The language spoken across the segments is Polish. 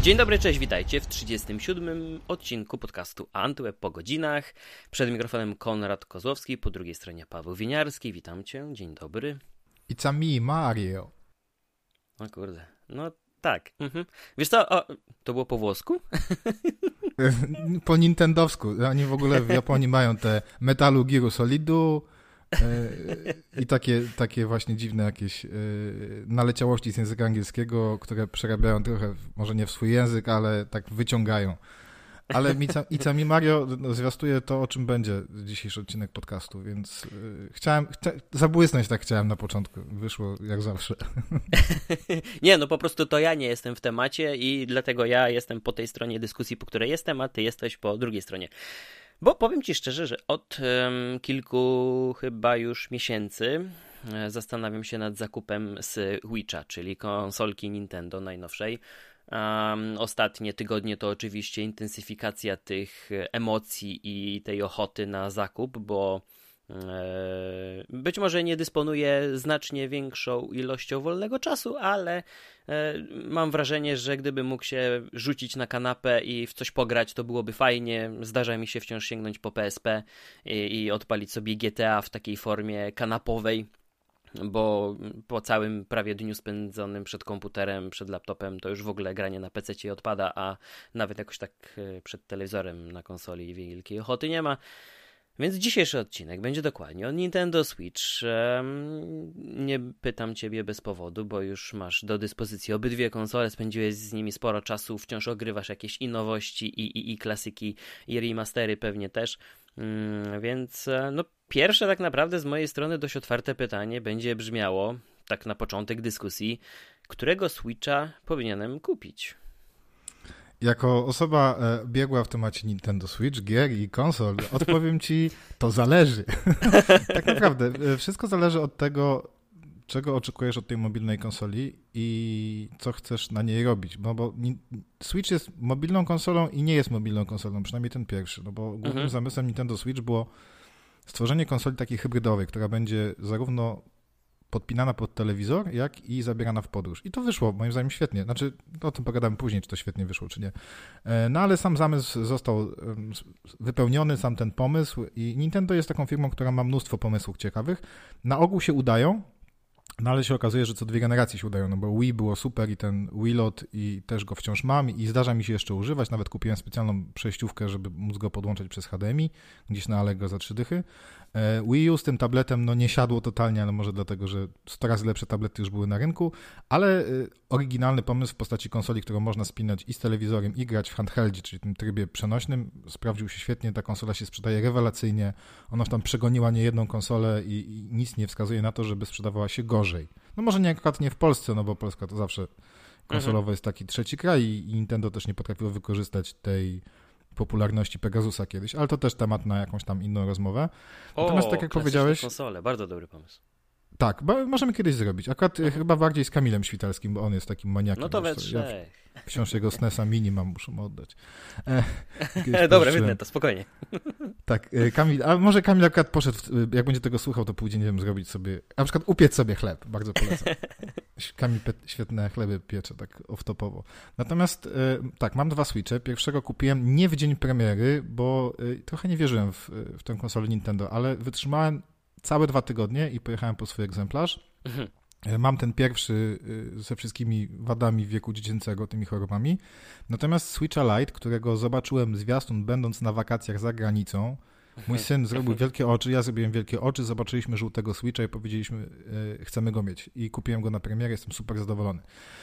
Dzień dobry, cześć, witajcie w 37. odcinku podcastu Antweb po godzinach. Przed mikrofonem Konrad Kozłowski, po drugiej stronie Paweł Winiarski. Witam cię, dzień dobry. It's a me, Mario. O kurde, no tak. Wiesz co, to było po włosku? Po nintendowsku. Oni w ogóle w Japonii mają te Metalu Gear Solidu i takie właśnie dziwne jakieś naleciałości z języka angielskiego, które przerabiają trochę, może nie w swój język, ale tak wyciągają. Ale It's a me, Mario zwiastuje to, o czym będzie dzisiejszy odcinek podcastu, więc zabłysnąć tak chciałem na początku. Wyszło jak zawsze. Nie, no po prostu to ja nie jestem w temacie i dlatego ja jestem po tej stronie dyskusji, po której jestem, a ty jesteś po drugiej stronie. Bo powiem ci szczerze, że od kilku chyba już miesięcy zastanawiam się nad zakupem Switcha, czyli konsolki Nintendo najnowszej. Ostatnie tygodnie to oczywiście intensyfikacja tych emocji i tej ochoty na zakup, bo być może nie dysponuję znacznie większą ilością wolnego czasu, ale mam wrażenie, że gdybym mógł się rzucić na kanapę i w coś pograć, to byłoby fajnie. Zdarza mi się wciąż sięgnąć po PSP i odpalić sobie GTA w takiej formie kanapowej, bo po całym prawie dniu spędzonym przed komputerem, przed laptopem, to już w ogóle granie na PC odpada, a nawet jakoś tak przed telewizorem na konsoli wielkiej ochoty nie ma. Więc dzisiejszy odcinek będzie dokładnie o Nintendo Switch. Nie pytam ciebie bez powodu, bo już masz do dyspozycji obydwie konsole, spędziłeś z nimi sporo czasu, wciąż ogrywasz jakieś i nowości, i klasyki, i remastery pewnie też. Więc no pierwsze tak naprawdę z mojej strony dość otwarte pytanie będzie brzmiało, tak na początek dyskusji, którego Switcha powinienem kupić? Jako osoba biegła w temacie Nintendo Switch, gier i konsol, odpowiem ci, to zależy. Tak naprawdę, wszystko zależy od tego, czego oczekujesz od tej mobilnej konsoli i co chcesz na niej robić. Bo Switch jest mobilną konsolą i nie jest mobilną konsolą, przynajmniej ten pierwszy. No bo głównym zamysłem Nintendo Switch było stworzenie konsoli takiej hybrydowej, która będzie zarówno podpinana pod telewizor, jak i zabierana w podróż. I to wyszło, moim zdaniem, świetnie. Znaczy, o tym pogadamy później, czy to świetnie wyszło, czy nie. No ale sam zamysł został wypełniony, sam ten pomysł i Nintendo jest taką firmą, która ma mnóstwo pomysłów ciekawych. Na ogół się udają, no ale się okazuje, że co 2 generacje się udają, no bo Wii było super i ten Wiilot i też go wciąż mam i zdarza mi się jeszcze używać, nawet kupiłem specjalną przejściówkę, żeby móc go podłączać przez HDMI, gdzieś na Allegro za 3 dychy. Wii U z tym tabletem no nie siadło totalnie, ale może dlatego, że 100 razy lepsze tablety już były na rynku, ale oryginalny pomysł w postaci konsoli, którą można spinać i z telewizorem i grać w handheldzie, czyli w tym trybie przenośnym, sprawdził się świetnie, ta konsola się sprzedaje rewelacyjnie, ona tam przegoniła niejedną konsolę i nic nie wskazuje na to, żeby sprzedawała się gorzej. No może nie akurat nie w Polsce, no bo Polska to zawsze konsolowo jest taki trzeci kraj i Nintendo też nie potrafiło wykorzystać tej popularności Pegasusa kiedyś, ale to też temat na jakąś tam inną rozmowę. Natomiast tak jak powiedziałeś... konsole, bardzo dobry pomysł. Tak, możemy kiedyś zrobić. Akurat chyba bardziej z Kamilem Świtalskim, bo on jest takim maniakiem. No to we trzech. Ja wciąż jego SNES-a mini muszę mu oddać. Dobra, wytnę to, spokojnie. Tak, Kamil, a może Kamil akurat poszedł, jak będzie tego słuchał, to pójdzie, nie wiem, zrobić sobie, na przykład upiec sobie chleb, bardzo polecam. Kamil świetne chleby piecze, tak off-topowo. Natomiast tak, mam 2 Switche. Pierwszego kupiłem nie w dzień premiery, bo trochę nie wierzyłem w tę konsolę Nintendo, ale wytrzymałem całe 2 tygodnie i pojechałem po swój egzemplarz. Mam ten pierwszy ze wszystkimi wadami wieku dziecięcego, tymi chorobami. Natomiast Switcha Lite, którego zobaczyłem zwiastun będąc na wakacjach za granicą, mój syn zrobił wielkie oczy, ja zrobiłem wielkie oczy, zobaczyliśmy żółtego Switcha i powiedzieliśmy, chcemy go mieć. I kupiłem go na premierę, jestem super zadowolony.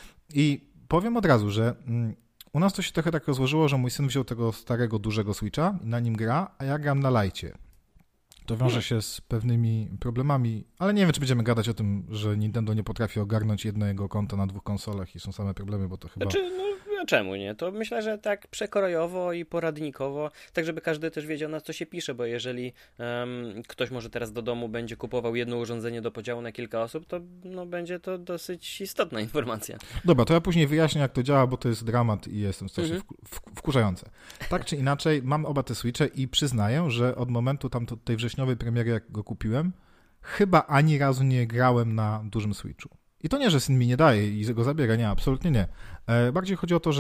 I powiem od razu, że u nas to się trochę tak rozłożyło, że mój syn wziął tego starego, dużego Switcha i na nim gra, a ja gram na Lite. To wiąże się z pewnymi problemami, ale nie wiem, czy będziemy gadać o tym, że Nintendo nie potrafi ogarnąć jednego konta na 2 konsolach i są same problemy, bo to chyba... A czemu nie? To myślę, że tak przekrojowo i poradnikowo, tak żeby każdy też wiedział, na co się pisze, bo jeżeli ktoś może teraz do domu będzie kupował jedno urządzenie do podziału na kilka osób, to no, będzie to dosyć istotna informacja. Dobra, to ja później wyjaśnię, jak to działa, bo to jest dramat i jestem strasznie wkurzające. Tak czy inaczej, mam oba te Switche i przyznaję, że od momentu tej wrześniowej premiery, jak go kupiłem, chyba ani razu nie grałem na dużym Switchu. I to nie, że syn mi nie daje i go zabiera, nie, absolutnie nie. Bardziej chodzi o to, że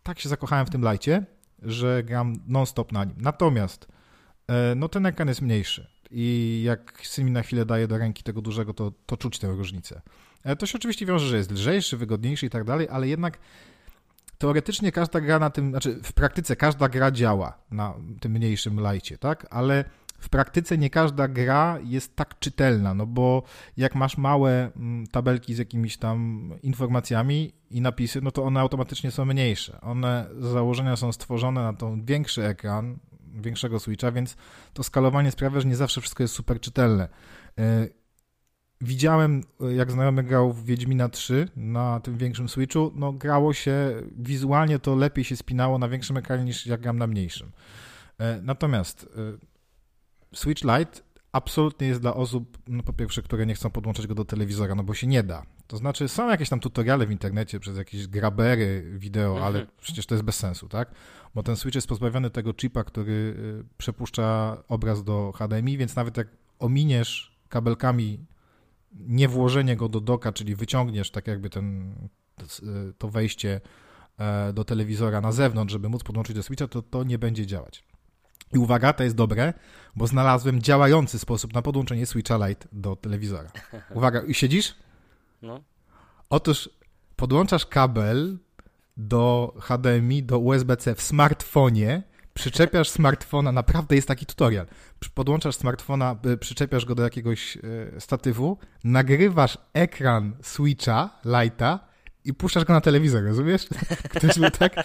tak się zakochałem w tym Lite, że gram non-stop na nim. Natomiast no ten ekran jest mniejszy i jak syn mi na chwilę daje do ręki tego dużego, to czuć tę różnicę. To się oczywiście wiąże, że jest lżejszy, wygodniejszy i tak dalej, ale jednak teoretycznie każda gra na tym, znaczy w praktyce każda gra działa na tym mniejszym Lite, tak? Ale w praktyce nie każda gra jest tak czytelna, no bo jak masz małe tabelki z jakimiś tam informacjami i napisy, no to one automatycznie są mniejsze. One z założenia są stworzone na tą większy ekran, większego Switcha, więc to skalowanie sprawia, że nie zawsze wszystko jest super czytelne. Widziałem, jak znajomy grał w Wiedźmina 3 na tym większym Switchu, no grało się, wizualnie to lepiej się spinało na większym ekranie niż jak gram na mniejszym. Natomiast Switch Lite absolutnie jest dla osób, no po pierwsze, które nie chcą podłączyć go do telewizora, no bo się nie da. To znaczy są jakieś tam tutoriale w internecie przez jakieś grabery wideo, ale przecież to jest bez sensu, tak? Bo ten Switch jest pozbawiony tego chipa, który przepuszcza obraz do HDMI, więc nawet jak ominiesz kabelkami nie włożenie go do docka, czyli wyciągniesz tak jakby to wejście do telewizora na zewnątrz, żeby móc podłączyć do Switcha, to nie będzie działać. I uwaga, to jest dobre, bo znalazłem działający sposób na podłączenie Switcha Lite do telewizora. Uwaga, i siedzisz? No. Otóż podłączasz kabel do HDMI, do USB-C w smartfonie, przyczepiasz smartfona, naprawdę jest taki tutorial, podłączasz smartfona, przyczepiasz go do jakiegoś statywu, nagrywasz ekran Switcha, Lite'a i puszczasz go na telewizor, rozumiesz? Ktoś był tak...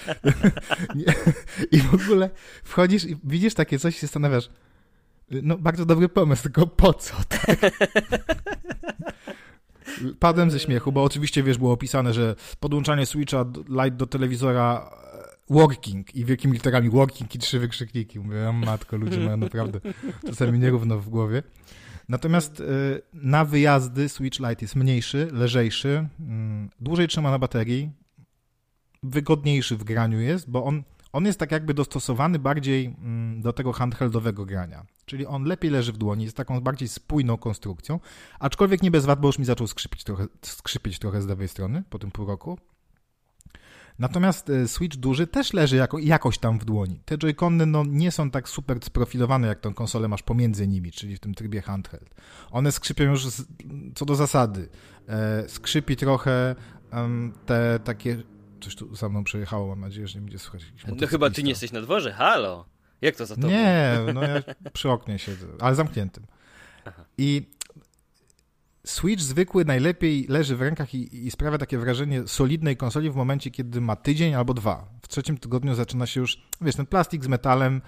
I w ogóle wchodzisz i widzisz takie coś i się zastanawiasz, no bardzo dobry pomysł, tylko po co, tak? Padłem ze śmiechu, bo oczywiście, wiesz, było opisane, że podłączanie Switcha Lite do telewizora working i wielkimi literami working i 3 wykrzykniki. Mówię, matko, ludzie mają naprawdę czasami nierówno w głowie. Natomiast na wyjazdy Switch Lite jest mniejszy, lżejszy, dłużej trzyma na baterii, wygodniejszy w graniu jest, bo on jest tak jakby dostosowany bardziej do tego handheldowego grania. Czyli on lepiej leży w dłoni, jest taką bardziej spójną konstrukcją, aczkolwiek nie bez wad, bo już mi zaczął skrzypieć trochę z lewej strony po tym pół roku. Natomiast Switch duży też leży jakoś tam w dłoni. Te Joy-Cony no, nie są tak super sprofilowane, jak tą konsolę masz pomiędzy nimi, czyli w tym trybie handheld. One skrzypią już co do zasady. Skrzypi trochę te takie... Coś tu za mną przejechało, mam nadzieję, że nie będzie słychać. No chyba ty nie jesteś na dworze, halo? Jak to za tobą? Nie, no ja przy oknie siedzę, ale zamkniętym. Aha. I Switch zwykły najlepiej leży w rękach i sprawia takie wrażenie solidnej konsoli w momencie, kiedy ma tydzień albo 2. W 3. tygodniu zaczyna się już, wiesz, ten plastik z metalem,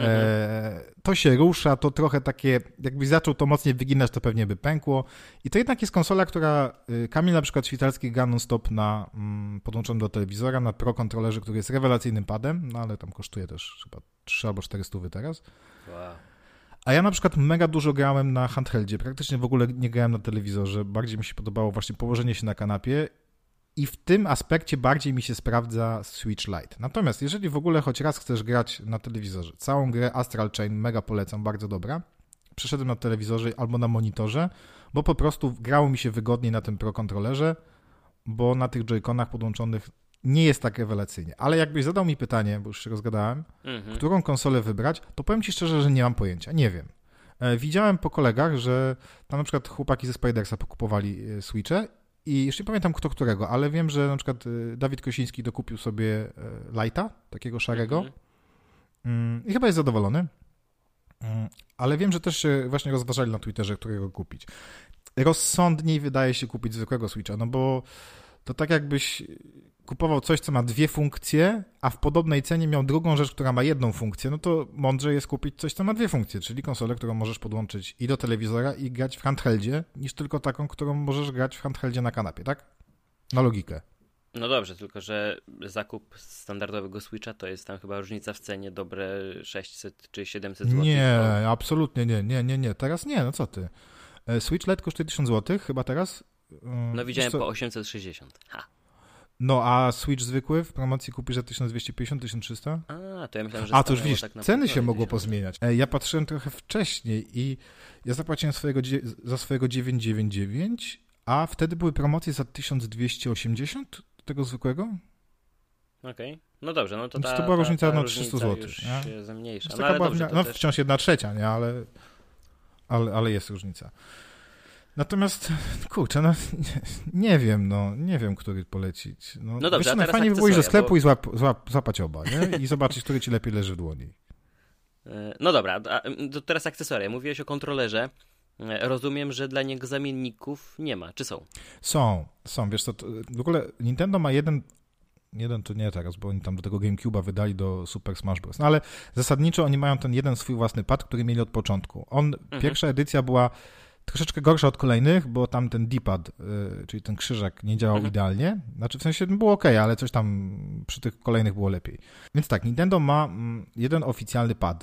to się rusza, to trochę takie, jakbyś zaczął to mocniej wyginać, to pewnie by pękło. I to jednak jest konsola, która Kamil na przykład Świtalski gra non-stop na podłączonym do telewizora, na Pro kontrolerze, który jest rewelacyjnym padem, no ale tam kosztuje też chyba 3 albo 400 teraz. Wow. A ja na przykład mega dużo grałem na handheldzie, praktycznie w ogóle nie grałem na telewizorze, bardziej mi się podobało właśnie położenie się na kanapie i w tym aspekcie bardziej mi się sprawdza Switch Lite. Natomiast jeżeli w ogóle choć raz chcesz grać na telewizorze, całą grę Astral Chain mega polecam, bardzo dobra, przeszedłem na telewizorze albo na monitorze, bo po prostu grało mi się wygodniej na tym Pro kontrolerze, bo na tych Joy-Conach podłączonych nie jest tak rewelacyjnie. Ale jakbyś zadał mi pytanie, bo już się rozgadałem, którą konsolę wybrać, to powiem ci szczerze, że nie mam pojęcia. Nie wiem. Widziałem po kolegach, że tam na przykład chłopaki ze Spidersa pokupowali Switche i jeszcze nie pamiętam kto którego, ale wiem, że na przykład Dawid Kosiński dokupił sobie Lite'a, takiego szarego i chyba jest zadowolony. Ale wiem, że też się właśnie rozważali na Twitterze, którego kupić. Rozsądniej wydaje się kupić zwykłego Switcha, no bo to tak jakbyś kupował coś, co ma 2 funkcje, a w podobnej cenie miał drugą rzecz, która ma 1 funkcję, no to mądrzej jest kupić coś, co ma 2 funkcje, czyli konsolę, którą możesz podłączyć i do telewizora i grać w handheldzie, niż tylko taką, którą możesz grać w handheldzie na kanapie, tak? Na logikę. No dobrze, tylko że zakup standardowego Switcha to jest tam chyba różnica w cenie dobre 600 czy 700 zł. Nie, absolutnie nie. Teraz nie, no co ty. Switch Lite kosztuje 1000 zł, chyba teraz. No widziałem po 860. Ha. No a Switch zwykły w promocji kupisz za 1250, 1300? A, to ja myślałem, że to już widzisz, tak ceny się mogło pozmieniać. Ja patrzyłem trochę wcześniej i ja zapłaciłem za swojego 999, a wtedy były promocje za 1280 tego zwykłego. Okej. No dobrze, no to to była różnica ta 300 zł. już Nie? się zmniejsza. No, ale dobrze, też... wciąż 1/3, nie? Ale jest różnica. Natomiast, kurczę, nie wiem, który polecić. No dobrze, wiesz, fajnie by było iść do sklepu i złapać oba, nie? I zobaczyć, który ci lepiej leży w dłoni. No dobra, to teraz akcesoria. Mówiłeś o kontrolerze. Rozumiem, że dla niego zamienników nie ma, czy są? Są, wiesz co, w ogóle Nintendo ma jeden to nie teraz, bo oni tam do tego GameCube'a wydali do Super Smash Bros. No ale zasadniczo oni mają ten jeden swój własny pad, który mieli od początku. Pierwsza edycja była troszeczkę gorsza od kolejnych, bo tam ten D-pad, czyli ten krzyżak nie działał idealnie. Znaczy w sensie było okej, ale coś tam przy tych kolejnych było lepiej. Więc tak, Nintendo ma jeden oficjalny pad.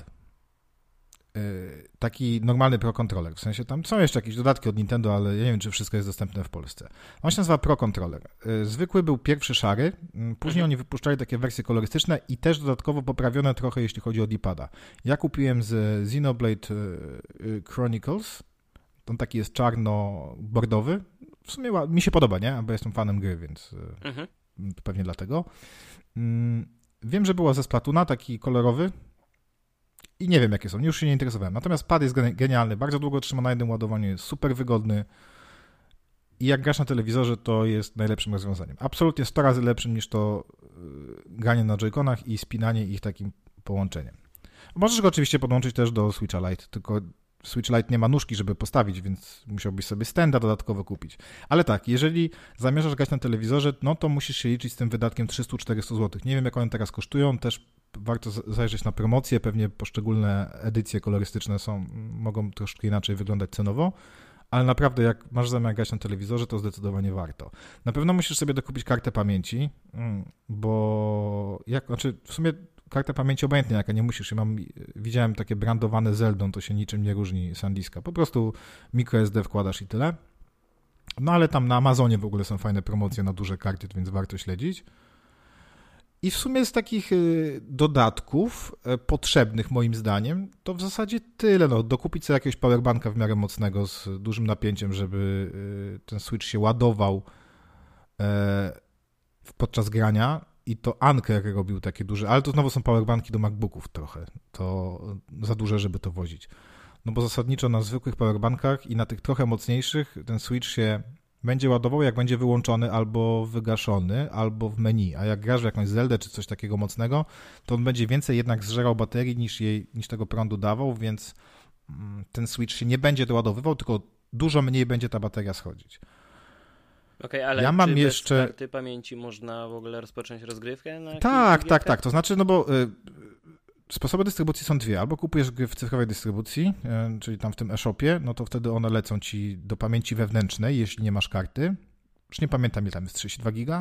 Taki normalny Pro Controller. W sensie tam są jeszcze jakieś dodatki od Nintendo, ale ja nie wiem, czy wszystko jest dostępne w Polsce. On się nazywa Pro Controller. Zwykły był pierwszy szary, później oni wypuszczali takie wersje kolorystyczne i też dodatkowo poprawione trochę, jeśli chodzi o D-pada. Ja kupiłem z Xenoblade Chronicles. On taki jest czarno-bordowy. W sumie mi się podoba, nie? Bo jestem fanem gry, więc pewnie dlatego. Wiem, że była ze Splatuna, taki kolorowy. I nie wiem, jakie są, już się nie interesowałem. Natomiast pad jest genialny, bardzo długo trzyma na jednym ładowaniu, jest super wygodny i jak grasz na telewizorze, to jest najlepszym rozwiązaniem. Absolutnie 100 razy lepszym niż to granie na Joy-Conach i spinanie ich takim połączeniem. Możesz go oczywiście podłączyć też do Switcha Lite, tylko Switch Lite nie ma nóżki, żeby postawić, więc musiałbyś sobie standa dodatkowo kupić. Ale tak, jeżeli zamierzasz grać na telewizorze, no to musisz się liczyć z tym wydatkiem 300-400 zł. Nie wiem, jak one teraz kosztują, też warto zajrzeć na promocje, pewnie poszczególne edycje kolorystyczne mogą troszkę inaczej wyglądać cenowo, ale naprawdę jak masz zamiar grać na telewizorze, to zdecydowanie warto. Na pewno musisz sobie dokupić kartę pamięci, bo w sumie kartę pamięci obojętnie jaka, nie musisz. Widziałem takie brandowane Zeldą, to się niczym nie różni SanDiska. Po prostu microSD wkładasz i tyle. No ale tam na Amazonie w ogóle są fajne promocje na duże karty, więc warto śledzić. I w sumie z takich dodatków potrzebnych moim zdaniem, to w zasadzie tyle. Dokupić sobie jakiegoś powerbanka w miarę mocnego z dużym napięciem, żeby ten Switch się ładował podczas grania. I to Anker robił takie duże, ale to znowu są powerbanki do MacBooków trochę. To za duże, żeby to wozić. No bo zasadniczo na zwykłych powerbankach i na tych trochę mocniejszych ten Switch się będzie ładował, jak będzie wyłączony albo wygaszony, albo w menu. A jak grasz w jakąś Zeldę czy coś takiego mocnego, to on będzie więcej jednak zżerał baterii niż tego prądu dawał, więc ten Switch się nie będzie doładowywał, tylko dużo mniej będzie ta bateria schodzić. Okej, ale ja mam czy jeszcze... bez karty pamięci można w ogóle rozpocząć rozgrywkę? Tak. To znaczy, bo sposoby dystrybucji są dwie. Albo kupujesz gry w cyfrowej dystrybucji, czyli tam w tym e-shopie, no to wtedy one lecą ci do pamięci wewnętrznej, jeśli nie masz karty. Już nie pamiętam, ile tam jest, 32 giga?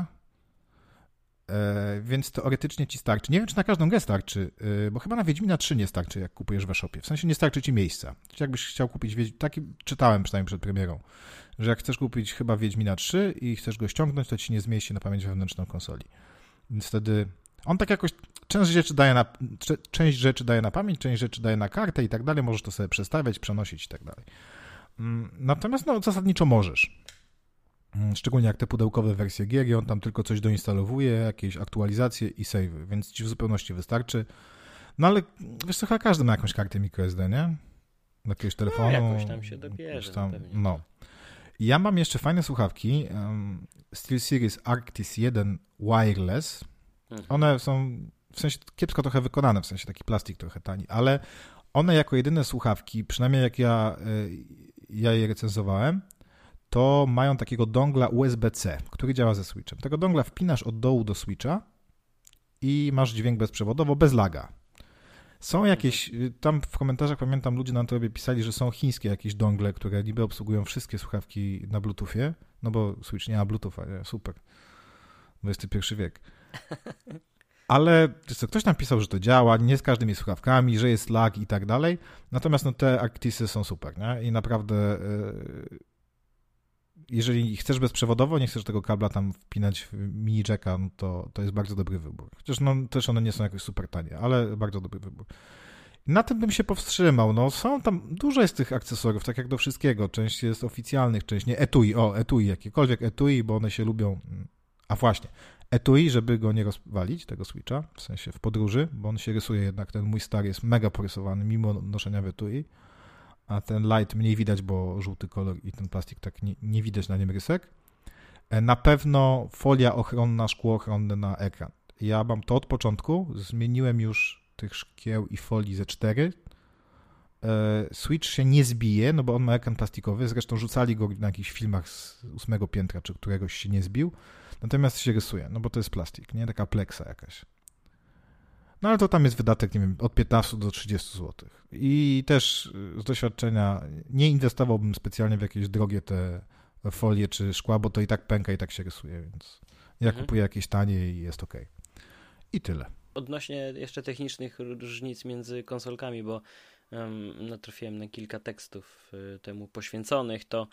Więc teoretycznie ci starczy. Nie wiem, czy na każdą grę starczy, bo chyba na Wiedźmina 3 nie starczy, jak kupujesz w e-shopie. W sensie nie starczy ci miejsca. Czyli jakbyś chciał kupić taki czytałem przynajmniej przed premierą, że jak chcesz kupić chyba Wiedźmina 3 i chcesz go ściągnąć, to ci nie zmieści na pamięć wewnętrzną konsoli. Więc wtedy on tak jakoś część rzeczy daje na pamięć, część rzeczy daje na kartę i tak dalej. Możesz to sobie przestawiać, przenosić i tak dalej. Natomiast zasadniczo możesz. Szczególnie jak te pudełkowe wersje gier i on tam tylko coś doinstalowuje, jakieś aktualizacje i save'y, więc ci w zupełności wystarczy. No ale wiesz co, chyba każdy ma jakąś kartę microSD, nie? Do jakiegoś telefonu. No, jakoś tam się dobierze. Ja mam jeszcze fajne słuchawki SteelSeries Arctis 1 Wireless. One są w sensie kiepsko trochę wykonane, w sensie taki plastik trochę tani, ale one jako jedyne słuchawki, przynajmniej jak ja je recenzowałem, to mają takiego dongla USB-C, który działa ze Switchem. Tego dongla wpinasz od dołu do Switcha i masz dźwięk bezprzewodowo, bez laga. Są jakieś, tam w komentarzach pamiętam, ludzie na tobie pisali, że są chińskie jakieś dongle, które niby obsługują wszystkie słuchawki na Bluetoothie, no bo Switch nie ma Bluetootha, nie? Super. XXI wiek. Ale ktoś tam pisał, że to działa, nie z każdymi słuchawkami, że jest lag i tak dalej. Natomiast te Arctisy są super, nie? I naprawdę jeżeli chcesz bezprzewodowo, nie chcesz tego kabla tam wpinać w mini jacka, no to jest bardzo dobry wybór. Chociaż też one nie są jakoś super tanie, ale bardzo dobry wybór. Na tym bym się powstrzymał. Są tam, dużo jest tych akcesorów, tak jak do wszystkiego. Część jest oficjalnych, część nie. Etui, jakiekolwiek etui, bo one się lubią. A właśnie, etui, żeby go nie rozwalić, tego Switcha, w sensie w podróży, bo on się rysuje jednak, ten mój stary jest mega porysowany, mimo noszenia w etui, a ten light mniej widać, bo żółty kolor i ten plastik tak nie widać na nim rysek. Na pewno folia ochronna, szkło ochronne na ekran. Ja mam to od początku, zmieniłem już tych szkieł i folii ze 4. Switch się nie zbije, no bo on ma ekran plastikowy, zresztą rzucali go na jakichś filmach z 8 piętra, czy któregoś się nie zbił, natomiast się rysuje, no bo to jest plastik, nie? Taka pleksa jakaś. No ale to tam jest wydatek, nie wiem, od 15 do 30 zł. I też z doświadczenia nie inwestowałbym specjalnie w jakieś drogie te folie czy szkła, bo to i tak pęka, i tak się rysuje, więc ja kupuję jakieś tanie i jest okej. I tyle. Odnośnie jeszcze technicznych różnic między konsolkami, bo natrafiłem na kilka tekstów temu poświęconych, to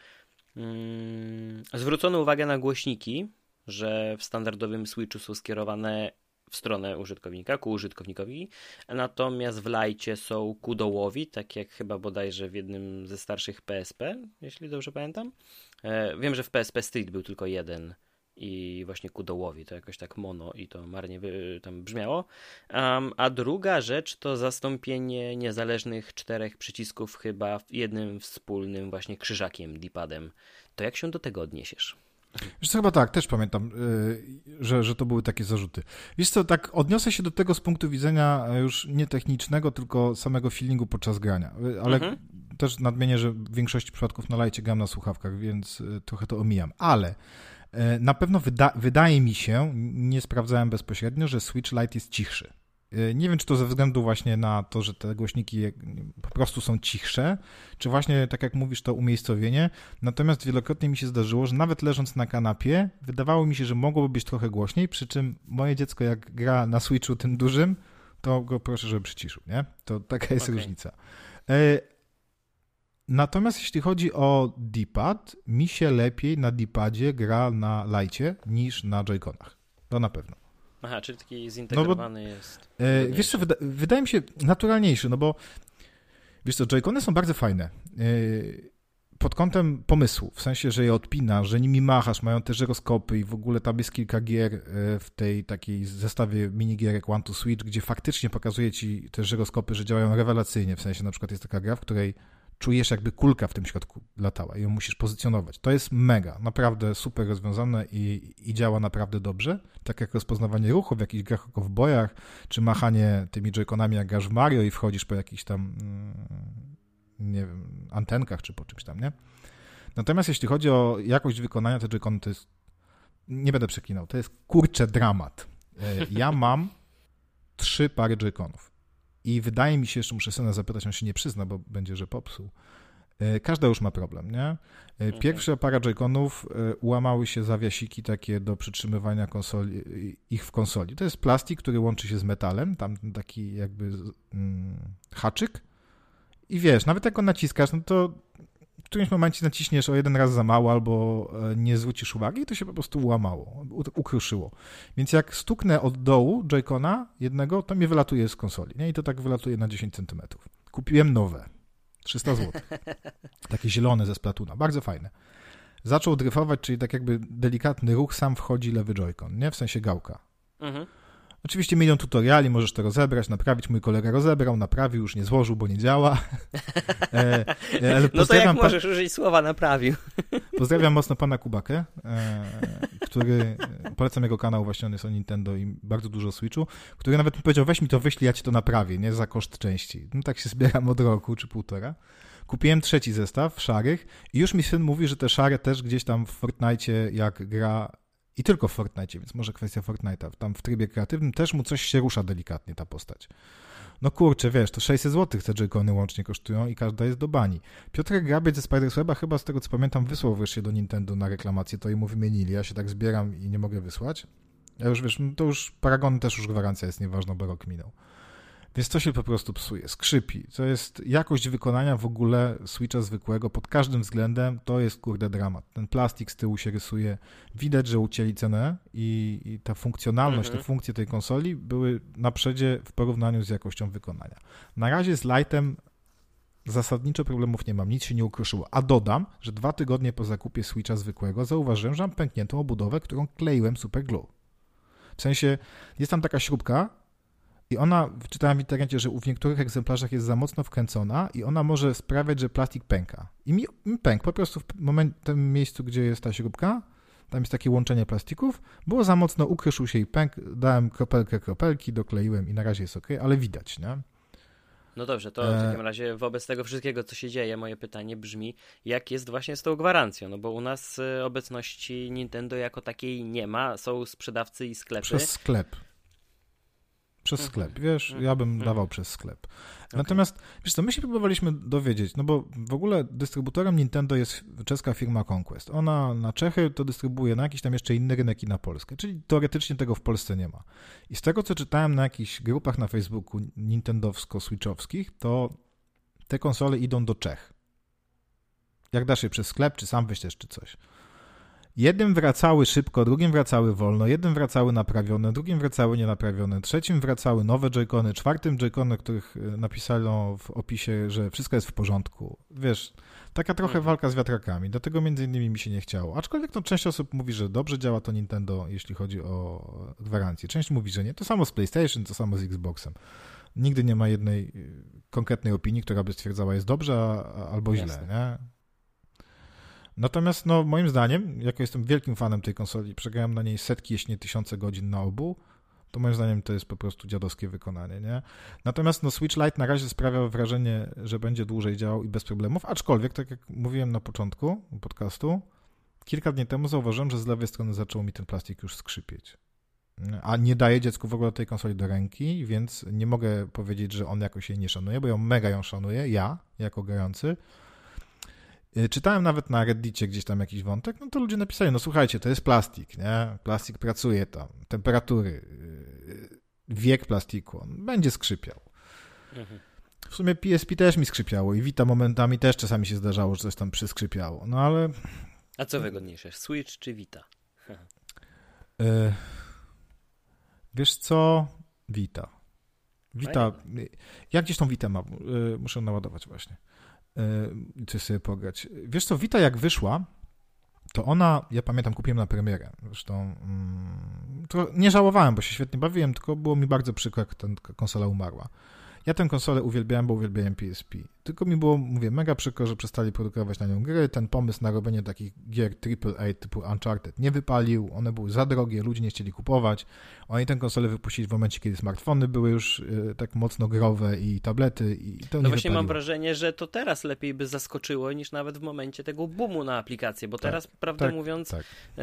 zwrócono uwagę na głośniki, że w standardowym Switchu są skierowane w stronę użytkownika, ku użytkownikowi, natomiast w Lite są ku dołowi, tak jak chyba bodajże w jednym ze starszych PSP, jeśli dobrze pamiętam. Wiem, że w PSP Street był tylko jeden i właśnie ku dołowi, to jakoś tak mono i to marnie tam brzmiało. A druga rzecz to zastąpienie niezależnych 4 przycisków chyba jednym wspólnym właśnie krzyżakiem, D-padem. To jak się do tego odniesiesz? Wiesz co, chyba tak, też pamiętam, że to były takie zarzuty. Wiesz co, tak odniosę się do tego z punktu widzenia już nie technicznego, tylko samego feelingu podczas grania, ale też nadmienię, że w większości przypadków na Lite gram na słuchawkach, więc trochę to omijam, ale na pewno wydaje mi się, nie sprawdzałem bezpośrednio, że Switch Lite jest cichszy. Nie wiem, czy to ze względu właśnie na to, że te głośniki po prostu są cichsze, czy właśnie, tak jak mówisz, to umiejscowienie. Natomiast wielokrotnie mi się zdarzyło, że nawet leżąc na kanapie, wydawało mi się, że mogłoby być trochę głośniej, przy czym moje dziecko jak gra na Switchu tym dużym, to go proszę, żeby przyciszył, nie? To taka jest różnica. Natomiast jeśli chodzi o D-pad, mi się lepiej na D-padzie gra na Lite niż na Joy-Conach. To na pewno. Aha, czyli taki zintegrowany jest. Wiesz co, wydaje mi się naturalniejszy, no bo wiesz co, Joy-Cony są bardzo fajne pod kątem pomysłu, w sensie, że je odpinasz, że nimi machasz, mają te żyroskopy i w ogóle tam jest kilka gier w tej takiej zestawie minigierek One to Switch, gdzie faktycznie pokazuje ci te żyroskopy, że działają rewelacyjnie, w sensie na przykład jest taka gra, w której czujesz, jakby kulka w tym środku latała i ją musisz pozycjonować. To jest mega, naprawdę super rozwiązane i działa naprawdę dobrze. Tak jak rozpoznawanie ruchu w jakichś grach o kowbojach, czy machanie tymi joyconami jak grasz w Mario i wchodzisz po jakichś tam nie wiem, antenkach czy po czymś tam, nie? Natomiast jeśli chodzi o jakość wykonania, to joycony to jest, nie będę przeklinał, to jest kurczę dramat. Ja mam 3 pary joyconów. I wydaje mi się, jeszcze muszę syna zapytać, on się nie przyzna, bo będzie, że popsuł. Każda już ma problem, nie? Pierwsza para joyconów łamały się zawiasiki takie do przytrzymywania ich w konsoli. To jest plastik, który łączy się z metalem, tam taki jakby haczyk i wiesz, nawet jak go naciskasz, no to w którymś momencie naciśniesz o jeden raz za mało albo nie zwrócisz uwagi i to się po prostu łamało, ukruszyło. Więc jak stuknę od dołu joycona jednego, to mnie wylatuje z konsoli, nie? I to tak wylatuje na 10 cm. Kupiłem nowe, 300 zł. Takie zielone ze Splatuna, bardzo fajne. Zaczął dryfować, czyli tak jakby delikatny ruch, sam wchodzi lewy joycon, nie? W sensie gałka. Oczywiście milion tutoriali, możesz to rozebrać, naprawić. Mój kolega rozebrał, naprawił, już nie złożył, bo nie działa. Ale no to jak możesz użyć słowa naprawił? Pozdrawiam mocno pana Kubakę, który, polecam jego kanał, właśnie on jest o Nintendo i bardzo dużo o Switchu, który nawet mi powiedział, weź mi to wyślij, ja ci to naprawię, nie za koszt części. No tak się zbieram od roku czy półtora. Kupiłem 3 zestaw szarych i już mi syn mówi, że te szare też gdzieś tam w Fortnite'cie jak gra i tylko w Fortnite, więc może kwestia Fortnite'a. Tam w trybie kreatywnym też mu coś się rusza delikatnie, ta postać. No kurczę, wiesz, to 600 zł te joycony łącznie kosztują i każda jest do bani. Piotrek Grabiec ze Spider-Weba chyba z tego co pamiętam wysłał wreszcie do Nintendo na reklamację, to i mu wymienili. Ja się tak zbieram i nie mogę wysłać. Ja już wiesz, no to już Paragon też już gwarancja jest nieważna, bo rok minął. Więc to się po prostu psuje, skrzypi. To jest jakość wykonania w ogóle Switcha zwykłego pod każdym względem, to jest kurde dramat. Ten plastik z tyłu się rysuje, widać, że ucięli cenę i ta funkcjonalność, te funkcje tej konsoli były na przedzie w porównaniu z jakością wykonania. Na razie z Lite'em zasadniczo problemów nie mam, nic się nie ukruszyło. A dodam, że 2 tygodnie po zakupie Switcha zwykłego zauważyłem, że mam pękniętą obudowę, którą kleiłem super glue. W sensie jest tam taka śrubka i ona, czytałem w internecie, że w niektórych egzemplarzach jest za mocno wkręcona i ona może sprawiać, że plastik pęka. I mi pękł po prostu w tym miejscu, gdzie jest ta śrubka, tam jest takie łączenie plastików, było za mocno, ukryszył się i pękł, dałem kropelki, dokleiłem i na razie jest okej, ale widać, nie? No dobrze, to w takim razie wobec tego wszystkiego, co się dzieje, moje pytanie brzmi, jak jest właśnie z tą gwarancją? No bo u nas obecności Nintendo jako takiej nie ma, są sprzedawcy i sklepy. Przez sklep. Wiesz, ja bym dawał przez sklep. Natomiast, wiesz co, my się próbowaliśmy dowiedzieć, no bo w ogóle dystrybutorem Nintendo jest czeska firma Conquest. Ona na Czechy to dystrybuuje na jakiś tam jeszcze inny rynek i na Polskę, czyli teoretycznie tego w Polsce nie ma. I z tego, co czytałem na jakichś grupach na Facebooku nintendowsko-switchowskich, to te konsole idą do Czech. Jak dasz je przez sklep, czy sam wyślesz, czy coś. Jednym wracały szybko, drugim wracały wolno, jednym wracały naprawione, drugim wracały nienaprawione, trzecim wracały nowe joycony, czwartym joycony, których napisano w opisie, że wszystko jest w porządku. Wiesz, taka trochę walka z wiatrakami, dlatego między innymi mi się nie chciało. Aczkolwiek to część osób mówi, że dobrze działa to Nintendo, jeśli chodzi o gwarancję. Część mówi, że nie. To samo z PlayStation, to samo z Xboxem. Nigdy nie ma jednej konkretnej opinii, która by stwierdzała, jest dobrze albo źle, nie? Natomiast no, moim zdaniem, jako jestem wielkim fanem tej konsoli, przegrałem na niej setki, jeśli nie tysiące godzin na obu, to moim zdaniem to jest po prostu dziadowskie wykonanie, nie? Natomiast no, Switch Lite na razie sprawia wrażenie, że będzie dłużej działał i bez problemów, aczkolwiek, tak jak mówiłem na początku podcastu, kilka dni temu zauważyłem, że z lewej strony zaczął mi ten plastik już skrzypieć. A nie daję dziecku w ogóle tej konsoli do ręki, więc nie mogę powiedzieć, że on jakoś jej nie szanuje, bo mega ją szanuję, ja, jako grający. Czytałem nawet na Reddicie gdzieś tam jakiś wątek, no to ludzie napisali, no słuchajcie, to jest plastik, nie? Plastik pracuje tam, temperatury, wiek plastiku, on będzie skrzypiał. W sumie PSP też mi skrzypiało i Vita momentami też czasami się zdarzało, że coś tam przyskrzypiało, no ale... A co wygodniejsze, Switch czy Vita? Wiesz co? Vita. Ja gdzieś tą Vitę mam, muszę naładować właśnie. Coś sobie pograć. Wiesz co, Vita jak wyszła, to ona, ja pamiętam, kupiłem na premierę. Zresztą to nie żałowałem, bo się świetnie bawiłem, tylko było mi bardzo przykro, jak ta konsola umarła. Ja tę konsolę uwielbiałem, bo uwielbiałem PSP. Tylko mi było, mówię, mega przykro, że przestali produkować na nią gry. Ten pomysł na robienie takich gier AAA typu Uncharted nie wypalił. One były za drogie, ludzie nie chcieli kupować. Oni tę konsolę wypuścili w momencie, kiedy smartfony były już tak mocno growe i tablety i to nie właśnie wypaliło. Mam wrażenie, że to teraz lepiej by zaskoczyło niż nawet w momencie tego boomu na aplikację, bo teraz, prawdę mówiąc,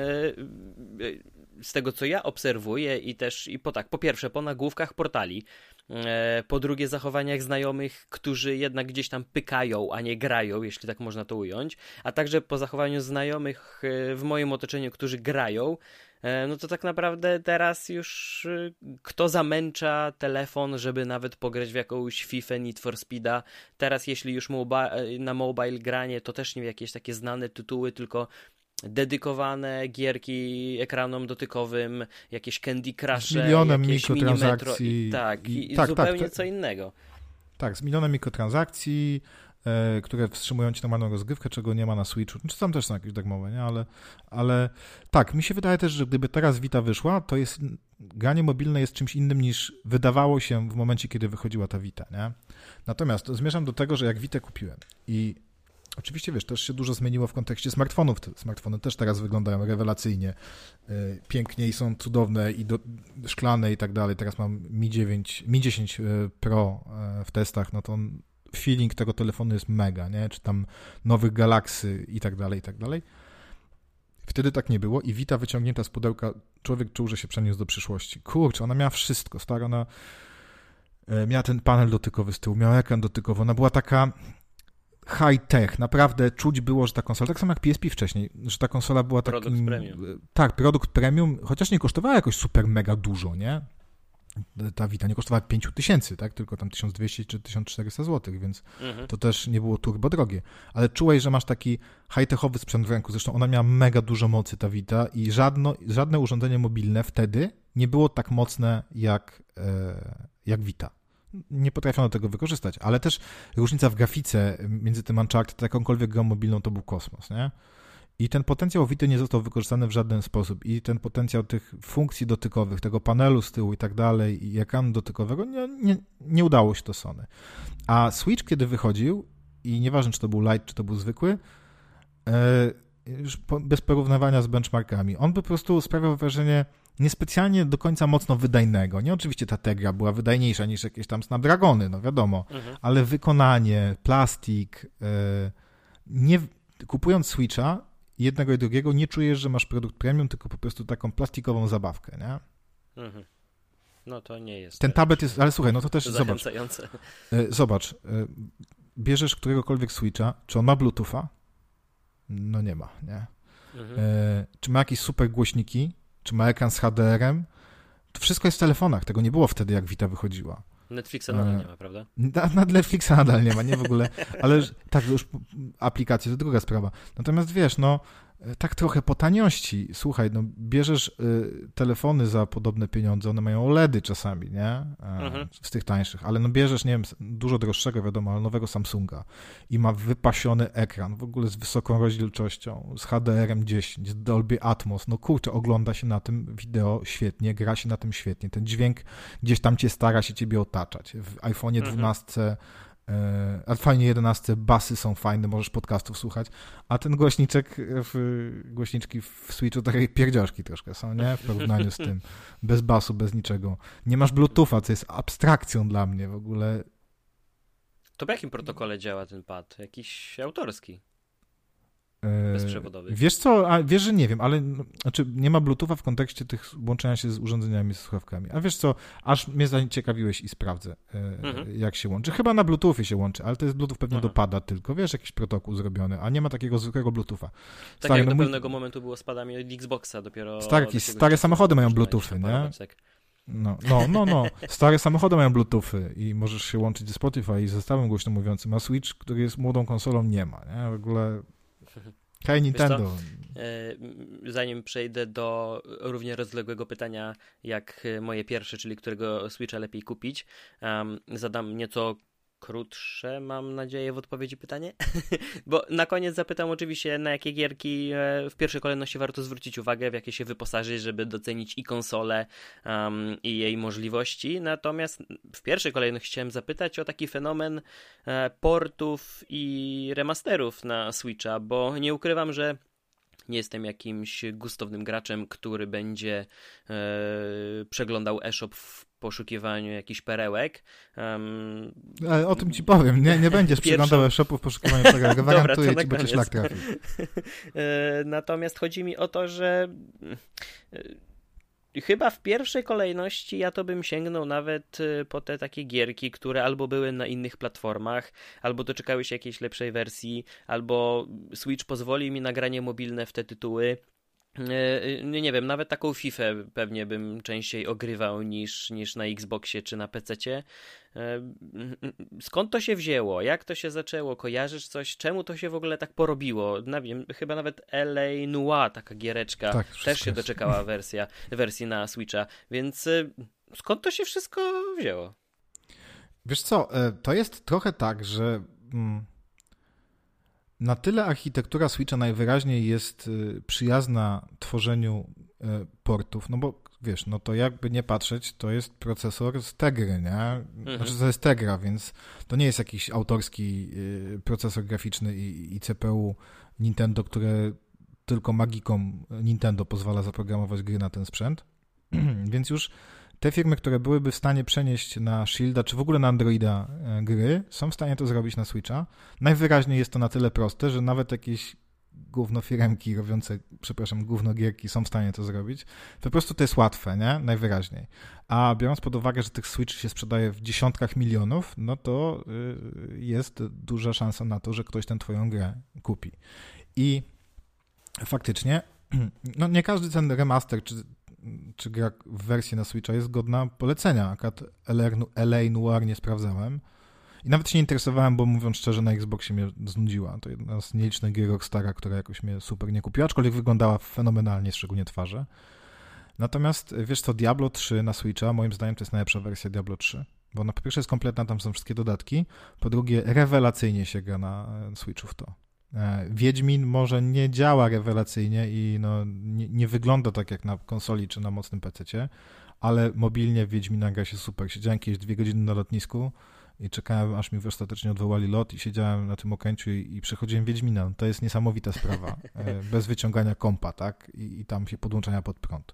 z tego, co ja obserwuję po pierwsze, po nagłówkach portali, po drugie, zachowaniach znajomych, którzy jednak gdzieś tam pykają, a nie grają, jeśli tak można to ująć, a także po zachowaniu znajomych w moim otoczeniu, którzy grają, no to tak naprawdę teraz już kto zamęcza telefon, żeby nawet pograć w jakąś FIFA, Need for Speeda. Teraz jeśli już na mobile granie, to też nie jakieś takie znane tytuły, tylko dedykowane gierki ekranom dotykowym, jakieś Candy Crush, z milionem jakieś mikrotransakcji. I zupełnie co innego. Tak, z milionem mikrotransakcji, które wstrzymują ci normalną rozgrywkę, czego nie ma na Switchu. Czy tam też są jakieś darmowe, nie? Ale tak, mi się wydaje też, że gdyby teraz Vita wyszła, to granie mobilne jest czymś innym niż wydawało się w momencie, kiedy wychodziła ta Vita, nie? Natomiast zmierzam do tego, że jak Vitę kupiłem i oczywiście, wiesz, też się dużo zmieniło w kontekście smartfonów. Smartfony też teraz wyglądają rewelacyjnie, pięknie i są cudowne i szklane i tak dalej. Teraz mam Mi 10 Pro w testach, no to feeling tego telefonu jest mega, nie? Czy tam nowych Galaxy i tak dalej, i tak dalej. Wtedy tak nie było i Vita wyciągnięta z pudełka, człowiek czuł, że się przeniósł do przyszłości. Kurczę, ona miała wszystko, stara, ona miała ten panel dotykowy z tyłu, miała ekran dotykowy, ona była taka high-tech, naprawdę czuć było, że ta konsola, tak samo jak PSP wcześniej, że ta konsola była takim... Produkt premium. Tak, produkt premium, chociaż nie kosztowała jakoś super mega dużo, nie? Ta Vita nie kosztowała 5000, tak? Tylko tam 1200 czy 1400 zł, więc to też nie było turbo drogie. Ale czułeś, że masz taki high-techowy sprzęt w ręku. Zresztą ona miała mega dużo mocy, ta Vita, i żadne urządzenie mobilne wtedy nie było tak mocne jak Vita. Nie potrafiono tego wykorzystać, ale też różnica w grafice między tym Uncharted a jakąkolwiek grą mobilną to był kosmos, nie? I ten potencjał Vity nie został wykorzystany w żaden sposób. I ten potencjał tych funkcji dotykowych, tego panelu z tyłu i tak dalej, i ekranu dotykowego, nie udało się to Sony. A Switch, kiedy wychodził, i nieważne, czy to był Lite, czy to był zwykły, już bez porównywania z benchmarkami, on po prostu sprawiał wrażenie niespecjalnie do końca mocno wydajnego. Nie, oczywiście ta Tegra była wydajniejsza niż jakieś tam Snapdragony, no wiadomo, ale wykonanie, plastik, kupując Switcha, jednego i drugiego, nie czujesz, że masz produkt premium, tylko po prostu taką plastikową zabawkę, nie? No to nie jest. Ten tablet jest, ale słuchaj, no to też zobacz, bierzesz któregokolwiek Switcha, czy on ma Bluetootha? No nie ma, nie? Czy ma jakieś super głośniki? Czy ma ekran z HDR-em? To wszystko jest w telefonach, tego nie było wtedy, jak Vita wychodziła. Netflixa nadal nie ma, prawda? Na Netflixa nadal nie ma, nie w ogóle, ale tak, już aplikacje to druga sprawa. Natomiast wiesz, no, tak trochę po taniości. Słuchaj, no, bierzesz telefony za podobne pieniądze, one mają OLEDy czasami, nie? Z tych tańszych, ale no bierzesz, nie wiem, dużo droższego, wiadomo, ale nowego Samsunga i ma wypasiony ekran, w ogóle z wysoką rozdzielczością, z HDR-em 10, z Dolby Atmos, no kurczę, ogląda się na tym wideo świetnie, gra się na tym świetnie, ten dźwięk gdzieś tam ciebie ciebie otaczać. W iPhone'ie 12 a fajnie 11 basy są fajne, możesz podcastów słuchać, a ten głośniczki w Switchu takie pierdzioszki troszkę są, nie? W porównaniu z tym. Bez basu, bez niczego. Nie masz Bluetootha, co jest abstrakcją dla mnie w ogóle. To w jakim protokole działa ten pad? Jakiś autorski? Bezprzewodowy. Wiesz co, wiesz, że nie wiem, ale znaczy nie ma Bluetootha w kontekście tych łączenia się z urządzeniami, z słuchawkami. A wiesz co, aż mnie zaciekawiłeś i sprawdzę, jak się łączy. Chyba na Bluetoothie się łączy, ale to jest Bluetooth pewnie do pada tylko, wiesz, jakiś protokół zrobiony, a nie ma takiego zwykłego Bluetootha. Tak jak do pewnego momentu było z padami od Xboxa dopiero. Stare samochody mają Bluetoothy, nie? Tak. No. Stare samochody mają Bluetoothy i możesz się łączyć ze Spotify i ze stałym głośno mówiącym, a Switch, który jest młodą konsolą, nie ma, nie? W ogóle. Hej Nintendo. Zanim przejdę do równie rozległego pytania jak moje pierwsze, czyli którego Switcha lepiej kupić, zadam nieco krótsze, mam nadzieję, w odpowiedzi pytanie, bo na koniec zapytam oczywiście, na jakie gierki w pierwszej kolejności warto zwrócić uwagę, w jakie się wyposażyć, żeby docenić i konsolę, i jej możliwości. Natomiast w pierwszej kolejności chciałem zapytać o taki fenomen portów i remasterów na Switcha, bo nie ukrywam, że nie jestem jakimś gustownym graczem, który będzie przeglądał eShop w poszukiwaniu jakichś perełek. Ale o tym ci powiem, nie będziesz przeglądał eShopu w poszukiwaniu perełek, gwarantuję ci, bo cię szlak trafi. Natomiast chodzi mi o to, że chyba w pierwszej kolejności ja to bym sięgnął nawet po te takie gierki, które albo były na innych platformach, albo doczekały się jakiejś lepszej wersji, albo Switch pozwoli mi na granie mobilne w te tytuły. Nie wiem, nawet taką FIFA pewnie bym częściej ogrywał niż na Xboxie czy na PC-cie. Skąd to się wzięło? Jak to się zaczęło? Kojarzysz coś? Czemu to się w ogóle tak porobiło? Wiem, chyba nawet LA Noire, taka giereczka, tak, też się doczekała wersji na Switcha, więc skąd to się wszystko wzięło? Wiesz co, to jest trochę tak, że na tyle architektura Switcha najwyraźniej jest przyjazna tworzeniu portów, no bo wiesz, no to jakby nie patrzeć, to jest procesor z Tegry, nie? Znaczy to jest Tegra, więc to nie jest jakiś autorski procesor graficzny i CPU Nintendo, które tylko magikom Nintendo pozwala zaprogramować gry na ten sprzęt. Więc już te firmy, które byłyby w stanie przenieść na Shielda, czy w ogóle na Androida gry, są w stanie to zrobić na Switcha. Najwyraźniej jest to na tyle proste, że nawet jakieś gównofiremki robiące, gównogierki są w stanie to zrobić. Po prostu to jest łatwe, nie? Najwyraźniej. A biorąc pod uwagę, że tych Switch się sprzedaje w dziesiątkach milionów, no to jest duża szansa na to, że ktoś tę twoją grę kupi. I faktycznie, no nie każdy ten remaster, czy gra w wersji na Switcha jest godna polecenia. Akurat LA Noire nie sprawdzałem. I nawet się nie interesowałem, bo mówiąc szczerze, na Xboxie mnie znudziła. To jedna z nielicznych gier Rockstara, która jakoś mnie super nie kupiła, aczkolwiek wyglądała fenomenalnie, szczególnie twarze. Natomiast wiesz co, Diablo 3 na Switcha, moim zdaniem to jest najlepsza wersja Diablo 3. Bo ona po pierwsze jest kompletna, tam są wszystkie dodatki, po drugie rewelacyjnie się gra na Switchu w to. Wiedźmin może nie działa rewelacyjnie i no, nie wygląda tak jak na konsoli czy na mocnym PC-cie, ale mobilnie Wiedźmina gra się super. Siedziałem kiedyś 2 godziny na lotnisku i czekałem, aż mi ostatecznie odwołali lot i siedziałem na tym Okęciu i przechodziłem Wiedźmina. To jest niesamowita sprawa. Bez wyciągania kompa, tak? I tam się podłączania pod prąd.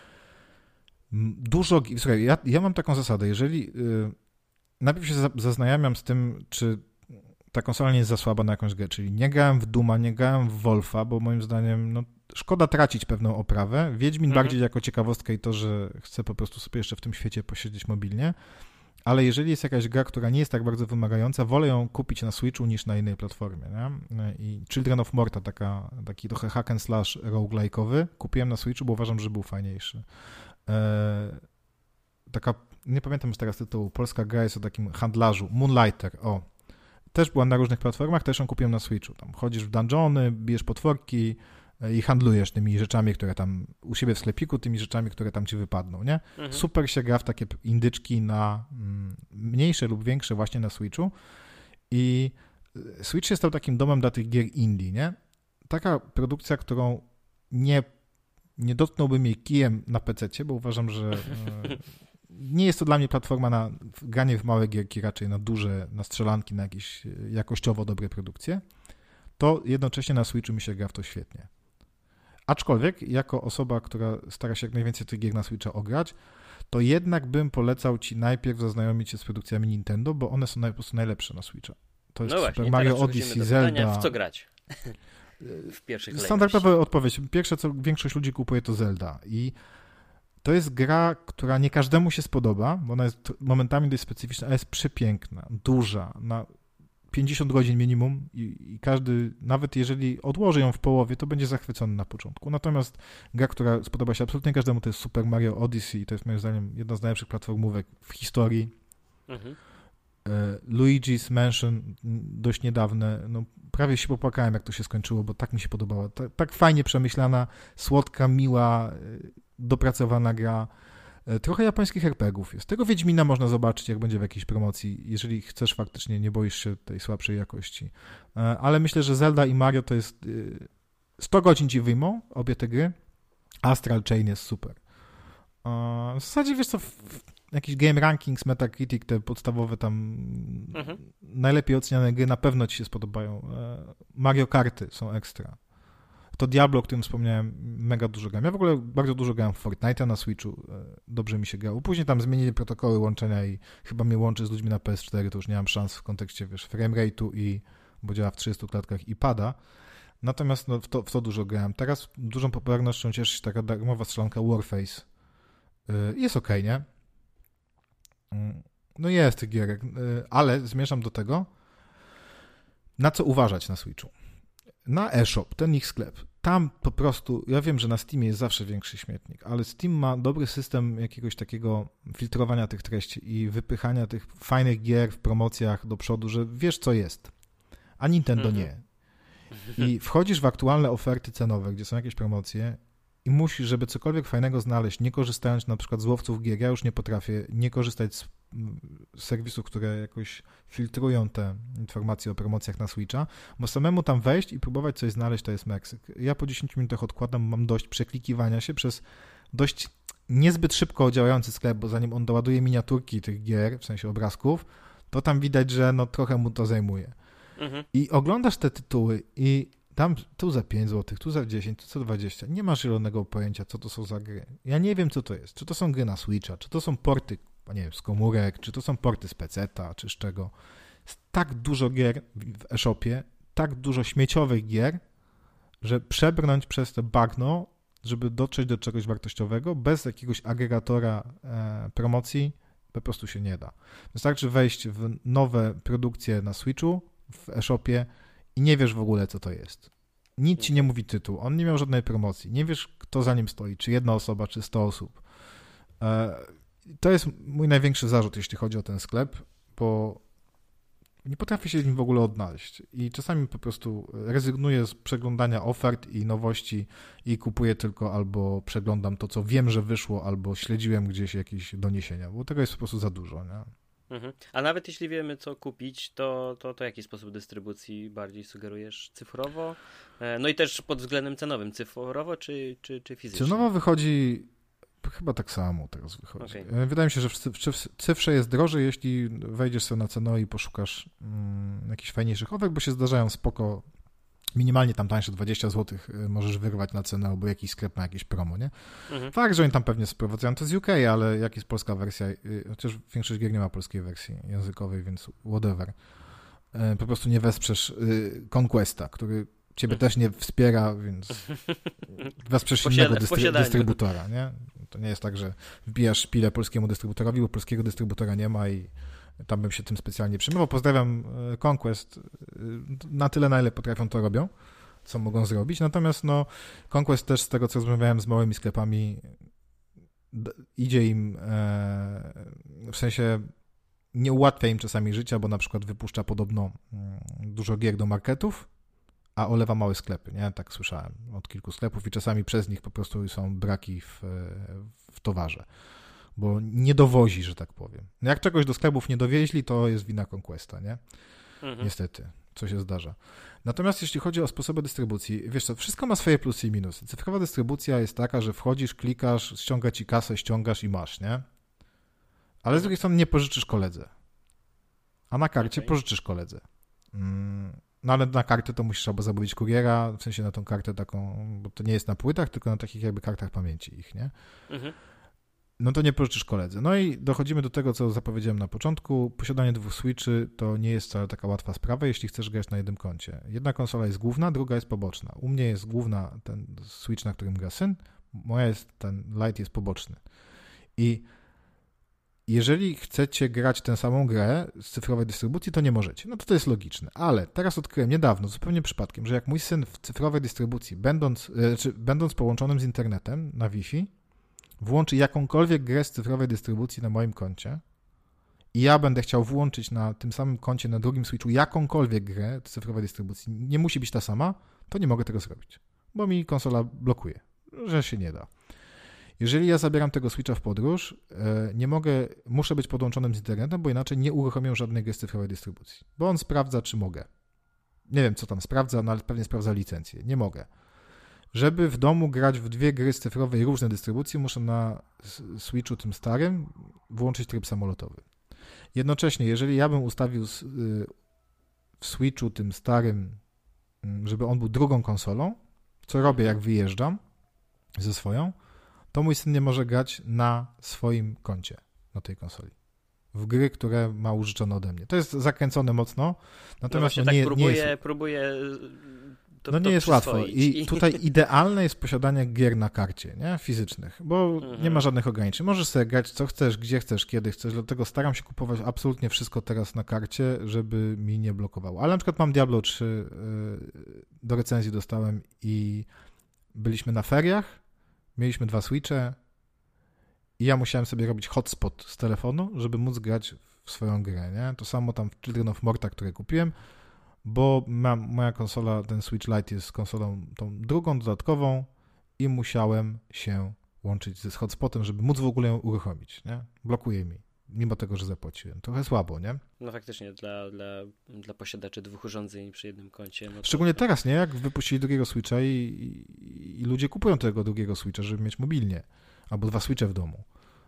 Słuchaj, ja mam taką zasadę, jeżeli najpierw się zaznajamiam z tym, czy ta konsola nie jest za słaba na jakąś grę, czyli nie grałem w Duma, nie grałem w Wolfa, bo moim zdaniem no, szkoda tracić pewną oprawę. Wiedźmin bardziej jako ciekawostkę i to, że chcę po prostu sobie jeszcze w tym świecie posiedzieć mobilnie, ale jeżeli jest jakaś gra, która nie jest tak bardzo wymagająca, wolę ją kupić na Switchu niż na innej platformie. Nie? I Children of Morta, taki trochę hack and slash roguelike'owy, kupiłem na Switchu, bo uważam, że był fajniejszy. Taka, nie pamiętam już teraz tytułu, polska gra jest o takim handlarzu, Moonlighter, też była na różnych platformach, też ją kupiłem na Switchu. Tam chodzisz w dungeony, bijesz potworki i handlujesz tymi rzeczami, które tam u siebie w sklepiku, tymi rzeczami, które tam ci wypadną, nie? Super się gra w takie indyczki na mniejsze lub większe właśnie na Switchu i Switch się stał takim domem dla tych gier indie, nie? Taka produkcja, którą nie dotknąłbym jej kijem na PC-cie, bo uważam, że nie jest to dla mnie platforma na granie w małe gierki, raczej na duże, na strzelanki, na jakieś jakościowo dobre produkcje, to jednocześnie na Switchu mi się gra w to świetnie. Aczkolwiek, jako osoba, która stara się jak najwięcej tych gier na Switcha ograć, to jednak bym polecał ci najpierw zaznajomić się z produkcjami Nintendo, bo one są po prostu najlepsze na Switcha. To jest Super Mario Odyssey, Zelda. W co grać? W pierwszych Standardowa odpowiedź. Pierwsze, co większość ludzi kupuje, to Zelda. I to jest gra, która nie każdemu się spodoba, bo ona jest momentami dość specyficzna, ale jest przepiękna, duża, na 50 godzin minimum i każdy, nawet jeżeli odłoży ją w połowie, to będzie zachwycony na początku. Natomiast gra, która spodoba się absolutnie każdemu, to jest Super Mario Odyssey i to jest moim zdaniem jedna z najlepszych platformówek w historii. Luigi's Mansion dość niedawne, no prawie się popłakałem, jak to się skończyło, bo tak mi się podobała. Tak fajnie przemyślana, słodka, miła, dopracowana gra. Trochę japońskich RPGów jest. Tego Wiedźmina można zobaczyć, jak będzie w jakiejś promocji, jeżeli chcesz faktycznie, nie boisz się tej słabszej jakości. Ale myślę, że Zelda i Mario to jest 100 godzin ci wyjmą, obie te gry. Astral Chain jest super. W zasadzie, wiesz co, jakiś Game Rankings, Metacritic, te podstawowe tam najlepiej oceniane gry na pewno ci się spodobają. Mario Karty są ekstra. To Diablo, o którym wspomniałem, mega dużo grałem. Ja w ogóle bardzo dużo grałem w Fortnite'a na Switchu, dobrze mi się grało. Później tam zmienili protokoły łączenia i chyba mnie łączy z ludźmi na PS4, to już nie mam szans w kontekście, wiesz, framerate'u bo działa w 30 klatkach i pada. Natomiast no, w to dużo grałem. Teraz dużą popularnością cieszy się taka darmowa strzelanka Warface. Jest okej, nie? No jest tych gierek, ale zmierzam do tego, na co uważać na Switchu. Na eShop, ten ich sklep, tam po prostu, ja wiem, że na Steamie jest zawsze większy śmietnik, ale Steam ma dobry system jakiegoś takiego filtrowania tych treści i wypychania tych fajnych gier w promocjach do przodu, że wiesz, co jest, a Nintendo nie. I wchodzisz w aktualne oferty cenowe, gdzie są jakieś promocje i musisz, żeby cokolwiek fajnego znaleźć, nie korzystając na przykład z łowców gier, ja już nie potrafię nie korzystać z serwisów, które jakoś filtrują te informacje o promocjach na Switcha, bo samemu tam wejść i próbować coś znaleźć, to jest Meksyk. Ja po 10 minutach odkładam, mam dość przeklikiwania się przez dość niezbyt szybko działający sklep, bo zanim on doładuje miniaturki tych gier, w sensie obrazków, to tam widać, że no trochę mu to zajmuje. I oglądasz te tytuły i tam tu za 5 zł, tu za 10, tu za 20. Nie masz zielonego pojęcia, co to są za gry. Ja nie wiem, co to jest. Czy to są gry na Switcha, czy to są porty, nie wiem, z komórek, czy to są porty z PC-ta, czy z czego. Jest tak dużo gier w e-shopie, tak dużo śmieciowych gier, że przebrnąć przez te bagno, żeby dotrzeć do czegoś wartościowego, bez jakiegoś agregatora promocji, po prostu się nie da. Wystarczy wejść w nowe produkcje na Switchu, w e-shopie i nie wiesz w ogóle, co to jest. Nic ci nie mówi tytuł. On nie miał żadnej promocji. Nie wiesz, kto za nim stoi. Czy jedna osoba, czy 100 osób. To jest mój największy zarzut, jeśli chodzi o ten sklep, bo nie potrafię się z nim w ogóle odnaleźć. I czasami po prostu rezygnuję z przeglądania ofert i nowości i kupuję tylko albo przeglądam to, co wiem, że wyszło, albo śledziłem gdzieś jakieś doniesienia, bo tego jest po prostu za dużo. Nie? Mhm. A nawet jeśli wiemy, co kupić, to jaki sposób dystrybucji bardziej sugerujesz? Cyfrowo? No i też pod względem cenowym. Cyfrowo czy fizycznie? Cenowo wychodzi chyba tak samo teraz wychodzi. Okay. Wydaje mi się, że w cyfrze jest drożej, jeśli wejdziesz sobie na cenę i poszukasz jakichś fajniejszych ofert, bo się zdarzają spoko. Minimalnie tam tańsze 20 zł możesz wyrwać na cenę, albo jakiś sklep ma jakieś promo, nie? Fakt, że oni tam pewnie sprowadzają to z UK, ale jak jest polska wersja, chociaż większość gier nie ma polskiej wersji językowej, więc whatever. Po prostu nie wesprzesz Conquesta, który ciebie też nie wspiera, więc wesprzesz innego dystrybutora, nie? To nie jest tak, że wbijasz szpilę polskiemu dystrybutorowi, bo polskiego dystrybutora nie ma i tam bym się tym specjalnie przejmował. Pozdrawiam Conquest. Na tyle, na ile potrafią, to robią, co mogą zrobić. Natomiast no, Conquest też, z tego co rozmawiałem z małymi sklepami, idzie im w sensie nie ułatwia im czasami życia, bo na przykład wypuszcza podobno dużo gier do marketów, a olewa małe sklepy, nie? Tak słyszałem od kilku sklepów i czasami przez nich po prostu są braki w towarze, bo nie dowozi, że tak powiem. Jak czegoś do sklepów nie dowieźli, to jest wina Conquesta, nie? Niestety, co się zdarza. Natomiast jeśli chodzi o sposoby dystrybucji, wiesz co, wszystko ma swoje plusy i minusy. Cyfrowa dystrybucja jest taka, że wchodzisz, klikasz, ściąga ci kasę, ściągasz i masz, nie? Ale z drugiej strony nie pożyczysz koledze. A na karcie pożyczysz koledze. No ale na kartę to musisz albo zamówić kuriera, w sensie na tą kartę taką, bo to nie jest na płytach, tylko na takich jakby kartach pamięci ich, nie? No to nie pożyczysz koledze. No i dochodzimy do tego, co zapowiedziałem na początku. Posiadanie 2 Switchy to nie jest wcale taka łatwa sprawa, jeśli chcesz grać na jednym koncie. Jedna konsola jest główna, druga jest poboczna. U mnie jest główna ten Switch, na którym gra syn, moja jest, ten Lite jest poboczny. I jeżeli chcecie grać tę samą grę z cyfrowej dystrybucji, to nie możecie. No to jest logiczne. Ale teraz odkryłem niedawno, zupełnie przypadkiem, że jak mój syn w cyfrowej dystrybucji, będąc połączonym z internetem na Wi-Fi, włączy jakąkolwiek grę z cyfrowej dystrybucji na moim koncie i ja będę chciał włączyć na tym samym koncie, na drugim Switchu jakąkolwiek grę z cyfrowej dystrybucji, nie musi być ta sama, to nie mogę tego zrobić, bo mi konsola blokuje, że się nie da. Jeżeli ja zabieram tego Switcha w podróż, muszę być podłączonym z internetem, bo inaczej nie uruchomię żadnej gry z cyfrowej dystrybucji, bo on sprawdza, czy mogę. Nie wiem, co tam sprawdza, no ale pewnie sprawdza licencję. Nie mogę. Żeby w domu grać w 2 gry z cyfrowej różne dystrybucje, muszę na Switchu tym starym włączyć tryb samolotowy. Jednocześnie, jeżeli ja bym ustawił w Switchu tym starym, żeby on był drugą konsolą, co robię jak wyjeżdżam ze swoją, to mój syn nie może grać na swoim koncie, na tej konsoli. W gry, które ma użyczone ode mnie. To jest zakręcone mocno, natomiast no właśnie tak próbuję to nie jest łatwo i tutaj idealne jest posiadanie gier na karcie, nie? Fizycznych, bo nie ma żadnych ograniczeń. Możesz sobie grać co chcesz, gdzie chcesz, kiedy chcesz, dlatego staram się kupować absolutnie wszystko teraz na karcie, żeby mi nie blokowało. Ale na przykład mam Diablo 3, do recenzji dostałem i byliśmy na feriach, mieliśmy 2 Switche i ja musiałem sobie robić hotspot z telefonu, żeby móc grać w swoją grę, nie? To samo tam w Children of Morta, które kupiłem, bo moja konsola, ten Switch Lite jest konsolą tą drugą, dodatkową i musiałem się łączyć z hotspotem, żeby móc w ogóle ją uruchomić, nie? Blokuje mi, mimo tego, że zapłaciłem. Trochę słabo, nie? No faktycznie, dla posiadaczy 2 urządzeń przy jednym koncie. No szczególnie teraz, nie? Jak wypuścili drugiego Switcha i ludzie kupują tego drugiego Switcha, żeby mieć mobilnie, albo 2 Switche w domu.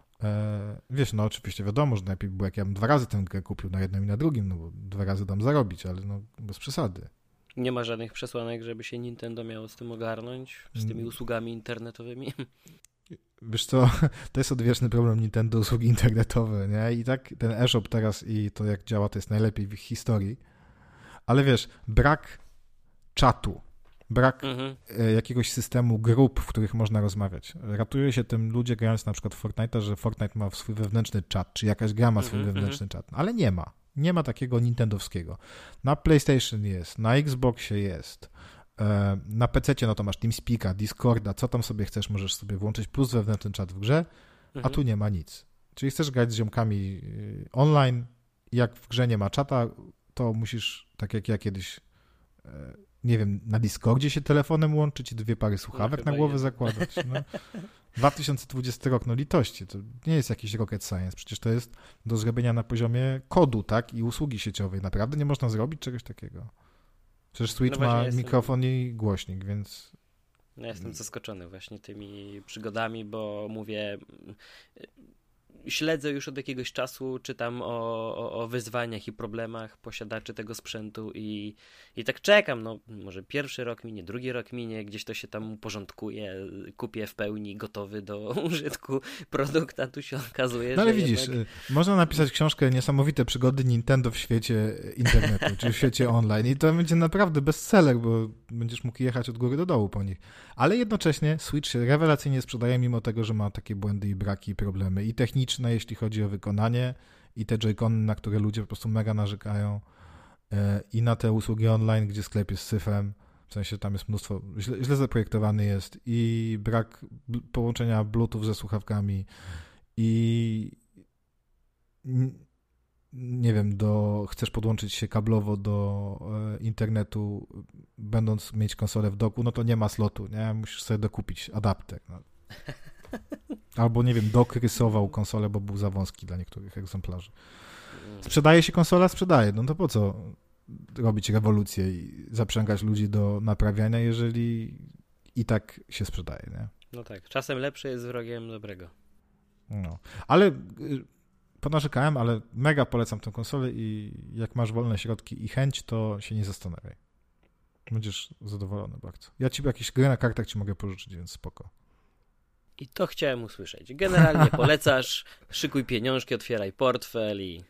Wiesz, no oczywiście wiadomo, że najlepiej było, jak ja bym 2 razy tę grę kupił na jednym i na drugim, no bo 2 razy dam zarobić, ale no bez przesady. Nie ma żadnych przesłanek, żeby się Nintendo miało z tym ogarnąć, z tymi usługami internetowymi? Wiesz co, to jest odwieczny problem Nintendo, usługi internetowe, nie? I tak ten eShop teraz i to jak działa, to jest najlepiej w ich historii. Ale wiesz, brak czatu, brak jakiegoś systemu grup, w których można rozmawiać. Ratuje się tym ludzie grając na przykład w Fortnite'a, że Fortnite ma swój wewnętrzny czat, czy jakaś gra ma swój wewnętrzny czat, ale nie ma. Nie ma takiego nintendowskiego. Na PlayStation jest, na Xboxie jest, na PC-cie no to masz TeamSpeak'a, Discorda, co tam sobie chcesz, możesz sobie włączyć, plus wewnętrzny czat w grze, a tu nie ma nic. Czyli chcesz grać z ziomkami online, jak w grze nie ma czata, to musisz, tak jak ja kiedyś, nie wiem, na Discordzie się telefonem łączyć i 2 pary słuchawek na głowę zakładać. No. 2020 rok, no litości, to nie jest jakiś rocket science, przecież to jest do zrobienia na poziomie kodu, tak, i usługi sieciowej. Naprawdę nie można zrobić czegoś takiego. Przecież Switch ma mikrofon i głośnik, więc... No, jestem zaskoczony właśnie tymi przygodami, bo mówię, śledzę już od jakiegoś czasu, czytam o wyzwaniach i problemach posiadaczy tego sprzętu i tak czekam, no może pierwszy rok minie, drugi rok minie, gdzieś to się tam uporządkuje, kupię w pełni gotowy do użytku produkt, a tu się okazuje, no ale że widzisz, jednak... można napisać książkę Niesamowite przygody Nintendo w świecie internetu, czy w świecie online i to będzie naprawdę bestseller, bo będziesz mógł jechać od góry do dołu po nich. Ale jednocześnie Switch się rewelacyjnie sprzedaje, mimo tego, że ma takie błędy i braki i problemy i techniczne, jeśli chodzi o wykonanie, i te Joy-Cony, na które ludzie po prostu mega narzekają, i na te usługi online, gdzie sklep jest syfem, w sensie tam jest mnóstwo, źle zaprojektowany jest i brak połączenia Bluetooth ze słuchawkami i nie wiem, chcesz podłączyć się kablowo do internetu, będąc mieć konsolę w doku, no to nie ma slotu, nie? Musisz sobie dokupić adapter. No. Albo, nie wiem, dock rysował konsolę, bo był za wąski dla niektórych egzemplarzy. Sprzedaje się konsola? Sprzedaje. No to po co robić rewolucję i zaprzęgać ludzi do naprawiania, jeżeli i tak się sprzedaje, nie? No tak, czasem lepszy jest wrogiem dobrego. No. Ale ponarzekałem, ale mega polecam tę konsolę i jak masz wolne środki i chęć, to się nie zastanawiaj. Będziesz zadowolony bardzo. Ja ci jakieś gry na kartach ci mogę pożyczyć, więc spoko. I to chciałem usłyszeć. Generalnie polecasz, szykuj pieniążki, otwieraj portfel i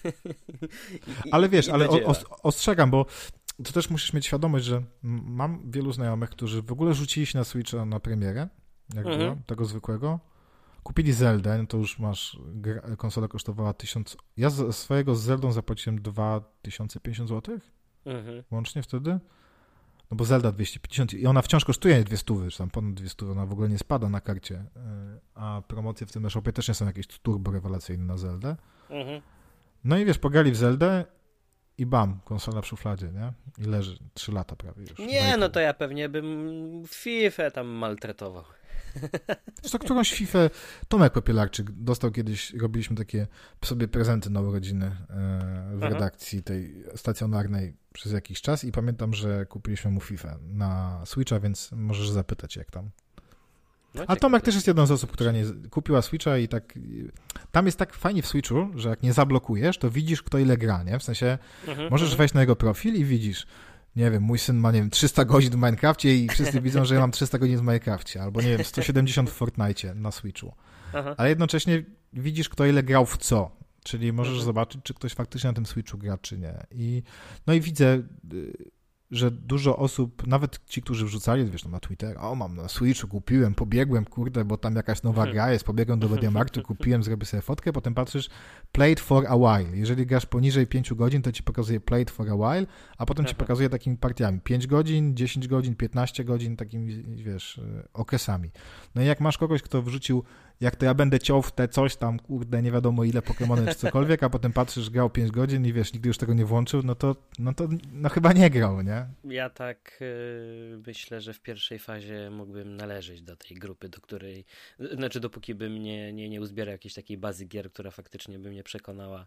ale wiesz, ale ostrzegam, bo to też musisz mieć świadomość, że mam wielu znajomych, którzy w ogóle rzucili się na Switcha na premierę, jak było, tego zwykłego. Kupili Zeldę, no to już masz, konsola kosztowała 1000, ja swojego z Zeldą zapłaciłem 2050 zł, łącznie wtedy. No bo Zelda 250 i ona wciąż kosztuje 200, czy tam ponad 200, ona w ogóle nie spada na karcie, a promocje w tym e-shopie też nie są jakieś turbo rewelacyjne na Zeldę. No i wiesz, pograli w Zeldę i bam, konsola w szufladzie, nie? I leży 3 lata prawie już. Nie, no to ja pewnie bym FIFA tam maltretował. To którąś FIFA Tomek Popielarczyk dostał kiedyś, robiliśmy takie sobie prezenty na urodziny w redakcji tej stacjonarnej przez jakiś czas i pamiętam, że kupiliśmy mu FIFA na Switcha, więc możesz zapytać jak tam. No, a Tomek też jest jedną z osób, która nie kupiła Switcha i tak tam jest tak fajnie w Switchu, że jak nie zablokujesz, to widzisz kto ile gra, nie? W sensie możesz wejść na jego profil i widzisz, nie wiem, mój syn ma, nie wiem, 300 godzin w Minecrafcie i wszyscy widzą, że ja mam 300 godzin w Minecrafcie, albo, nie wiem, 170 w Fortnite na Switchu. Ale jednocześnie widzisz, kto ile grał w co, czyli możesz zobaczyć, czy ktoś faktycznie na tym Switchu gra, czy nie. No i widzę, że dużo osób, nawet ci, którzy wrzucali, wiesz, na Twitter, mam na Switchu, kupiłem, pobiegłem, kurde, bo tam jakaś nowa gra jest, pobiegłem do Mediamarktu, kupiłem, zrobię sobie fotkę, potem patrzysz, played for a while. Jeżeli grasz poniżej 5 godzin, to ci pokazuje played for a while, a potem ci pokazuje takimi partiami, 5 godzin, 10 godzin, 15 godzin, takimi, wiesz, okresami. No i jak masz kogoś, kto wrzucił, jak to ja będę ciął w te coś tam, kurde, nie wiadomo ile Pokemony czy cokolwiek, a potem patrzysz, grał 5 godzin i wiesz, nigdy już tego nie włączył, no to chyba nie grał, nie? Ja tak myślę, że w pierwszej fazie mógłbym należeć do tej grupy, do której, znaczy dopóki bym nie uzbierał jakiejś takiej bazy gier, która faktycznie by mnie przekonała.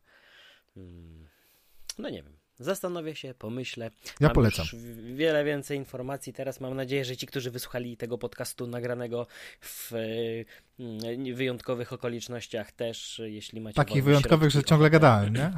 No nie wiem. Zastanowię się, pomyślę. Ja polecam. Już wiele więcej informacji. Teraz mam nadzieję, że ci, którzy wysłuchali tego podcastu nagranego w wyjątkowych okolicznościach też, jeśli macie takich wyjątkowych, że ciągle gadałem, nie?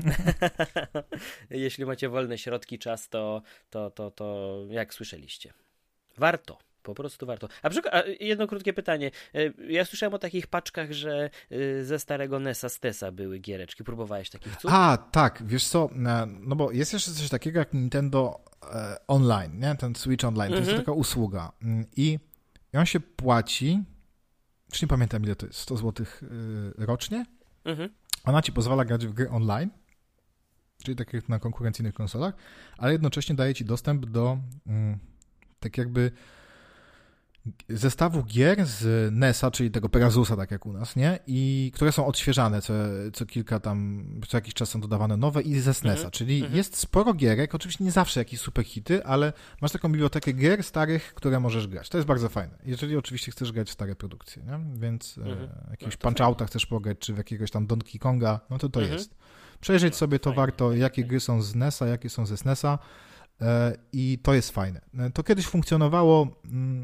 Jeśli macie wolne środki, czas, to jak słyszeliście. Warto. Po prostu warto. A jedno krótkie pytanie. Ja słyszałem o takich paczkach, że ze starego NES-a z TES-a były giereczki. Próbowałeś takich cud? Tak. Wiesz co, no bo jest jeszcze coś takiego jak Nintendo Online, nie? Ten Switch Online. To jest taka usługa. I on się płaci, już nie pamiętam ile to jest, 100 zł rocznie. Ona ci pozwala grać w gry online, czyli tak jak na konkurencyjnych konsolach, ale jednocześnie daje ci dostęp do tak jakby zestawu gier z NES-a, czyli tego Pegasusa, tak jak u nas, nie? I które są odświeżane, co jakiś czas są dodawane nowe i ze SNES-a, czyli jest sporo gierek, oczywiście nie zawsze jakieś super hity, ale masz taką bibliotekę gier starych, które możesz grać. To jest bardzo fajne. Jeżeli oczywiście chcesz grać w stare produkcje, nie? Więc jakiegoś Punch-Outa chcesz pograć, czy w jakiegoś tam Donkey Konga, no to jest. Przejrzeć sobie to warto, jakie gry są z NES-a, jakie są ze SNES-a, i to jest fajne. To kiedyś funkcjonowało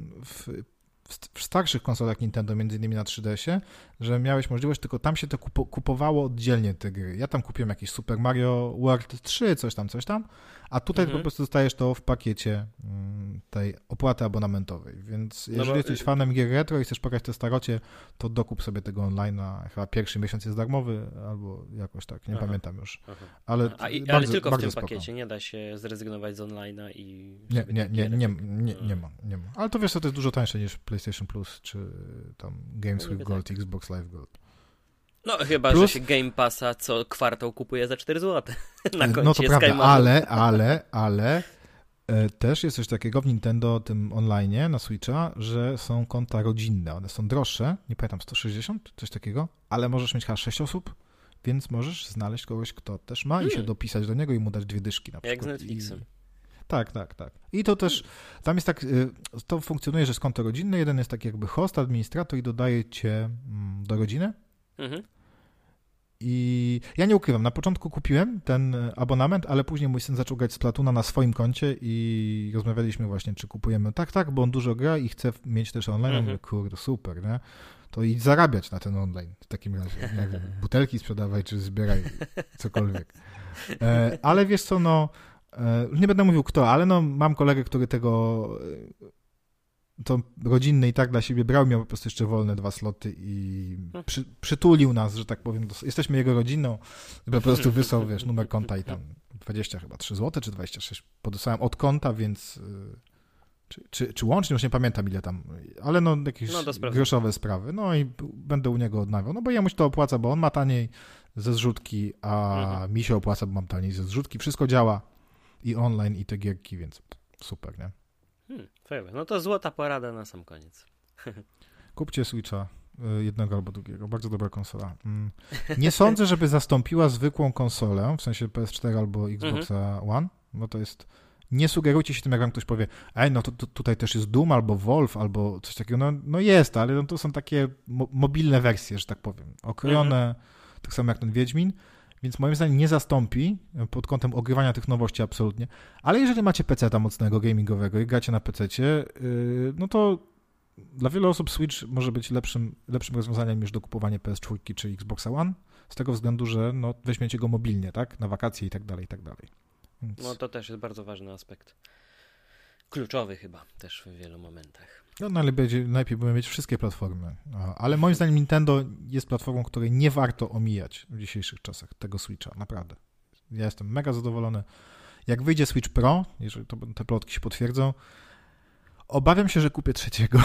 w starszych konsolach Nintendo, między innymi na 3DS-ie, że miałeś możliwość, tylko tam się to kupowało oddzielnie te gry. Ja tam kupiłem jakieś Super Mario World 3, coś tam, a tutaj po prostu dostajesz to w pakiecie tej opłaty abonamentowej, więc jeżeli jesteś fanem gier retro i chcesz pograć te starocie, to dokup sobie tego online'a, chyba pierwszy miesiąc jest darmowy, albo jakoś tak, nie pamiętam już. Ale tylko w tym spoko. pakiecie, nie da się zrezygnować z online'a i... Nie ma. Ale to wiesz, to jest dużo tańsze niż PlayStation Plus, czy tam Games with Gold, Xbox Live Gold. No chyba, że się Game Passa co kwartał kupuje za 4 zł na koncie. No to prawda, ale też jest coś takiego w Nintendo, tym online na Switcha, że są konta rodzinne. One są droższe, nie pamiętam, 160, coś takiego, ale możesz mieć chyba 6 osób, więc możesz znaleźć kogoś, kto też ma i się dopisać do niego i mu dać 2 dyszki na przykład. Jak z Netflixem. Tak. I to też, tam jest tak, to funkcjonuje, że jest konto rodzinne, jeden jest taki jakby host, administrator i dodaje cię do rodziny. I ja nie ukrywam, na początku kupiłem ten abonament, ale później mój syn zaczął grać Splatoona na swoim koncie i rozmawialiśmy właśnie, czy kupujemy. Tak, bo on dużo gra i chce mieć też online. Mówię, kurde, super, nie? To idź zarabiać na ten online w takim razie. Nie wiem, butelki sprzedawaj, czy zbieraj cokolwiek. Ale wiesz co, nie będę mówił kto, ale mam kolegę, który to rodzinny i tak dla siebie brał, miał po prostu jeszcze wolne 2 sloty i przytulił nas, że tak powiem. Jesteśmy jego rodziną, po prostu wysłał, wiesz, numer konta i tam 23 zł, czy 26 podesłałem od konta, więc czy łącznie, już nie pamiętam ile tam, ale jakieś groszowe sprawy. No i będę u niego odnawiał, bo jemu się to opłaca, bo on ma taniej ze zrzutki, a mi się opłaca, bo mam taniej ze zrzutki. Wszystko działa i online, i te gierki, więc super, nie? Fajne. No to złota porada na sam koniec. Kupcie Switcha, jednego albo drugiego. Bardzo dobra konsola. Nie sądzę, żeby zastąpiła zwykłą konsolę, w sensie PS4 albo Xboxa One, bo to jest... Nie sugerujcie się tym, jak wam ktoś powie, to tutaj też jest Doom albo Wolf albo coś takiego. No jest, ale to są takie mobilne wersje, że tak powiem. Okrojone, tak samo jak ten Wiedźmin. Więc moim zdaniem nie zastąpi pod kątem ogrywania tych nowości absolutnie. Ale jeżeli macie PC-ta mocnego, gamingowego i gracie na PC-cie, no to dla wielu osób Switch może być lepszym rozwiązaniem niż dokupowanie PS4 czy Xboxa One, z tego względu, że weźmiecie go mobilnie, tak? Na wakacje i tak dalej, i tak dalej. Więc... No to też jest bardzo ważny aspekt. Kluczowy chyba też w wielu momentach. Najlepiej by mieć wszystkie platformy. Ale moim zdaniem Nintendo jest platformą, której nie warto omijać w dzisiejszych czasach, tego Switcha, naprawdę. Ja jestem mega zadowolony. Jak wyjdzie Switch Pro, jeżeli te plotki się potwierdzą, obawiam się, że kupię trzeciego.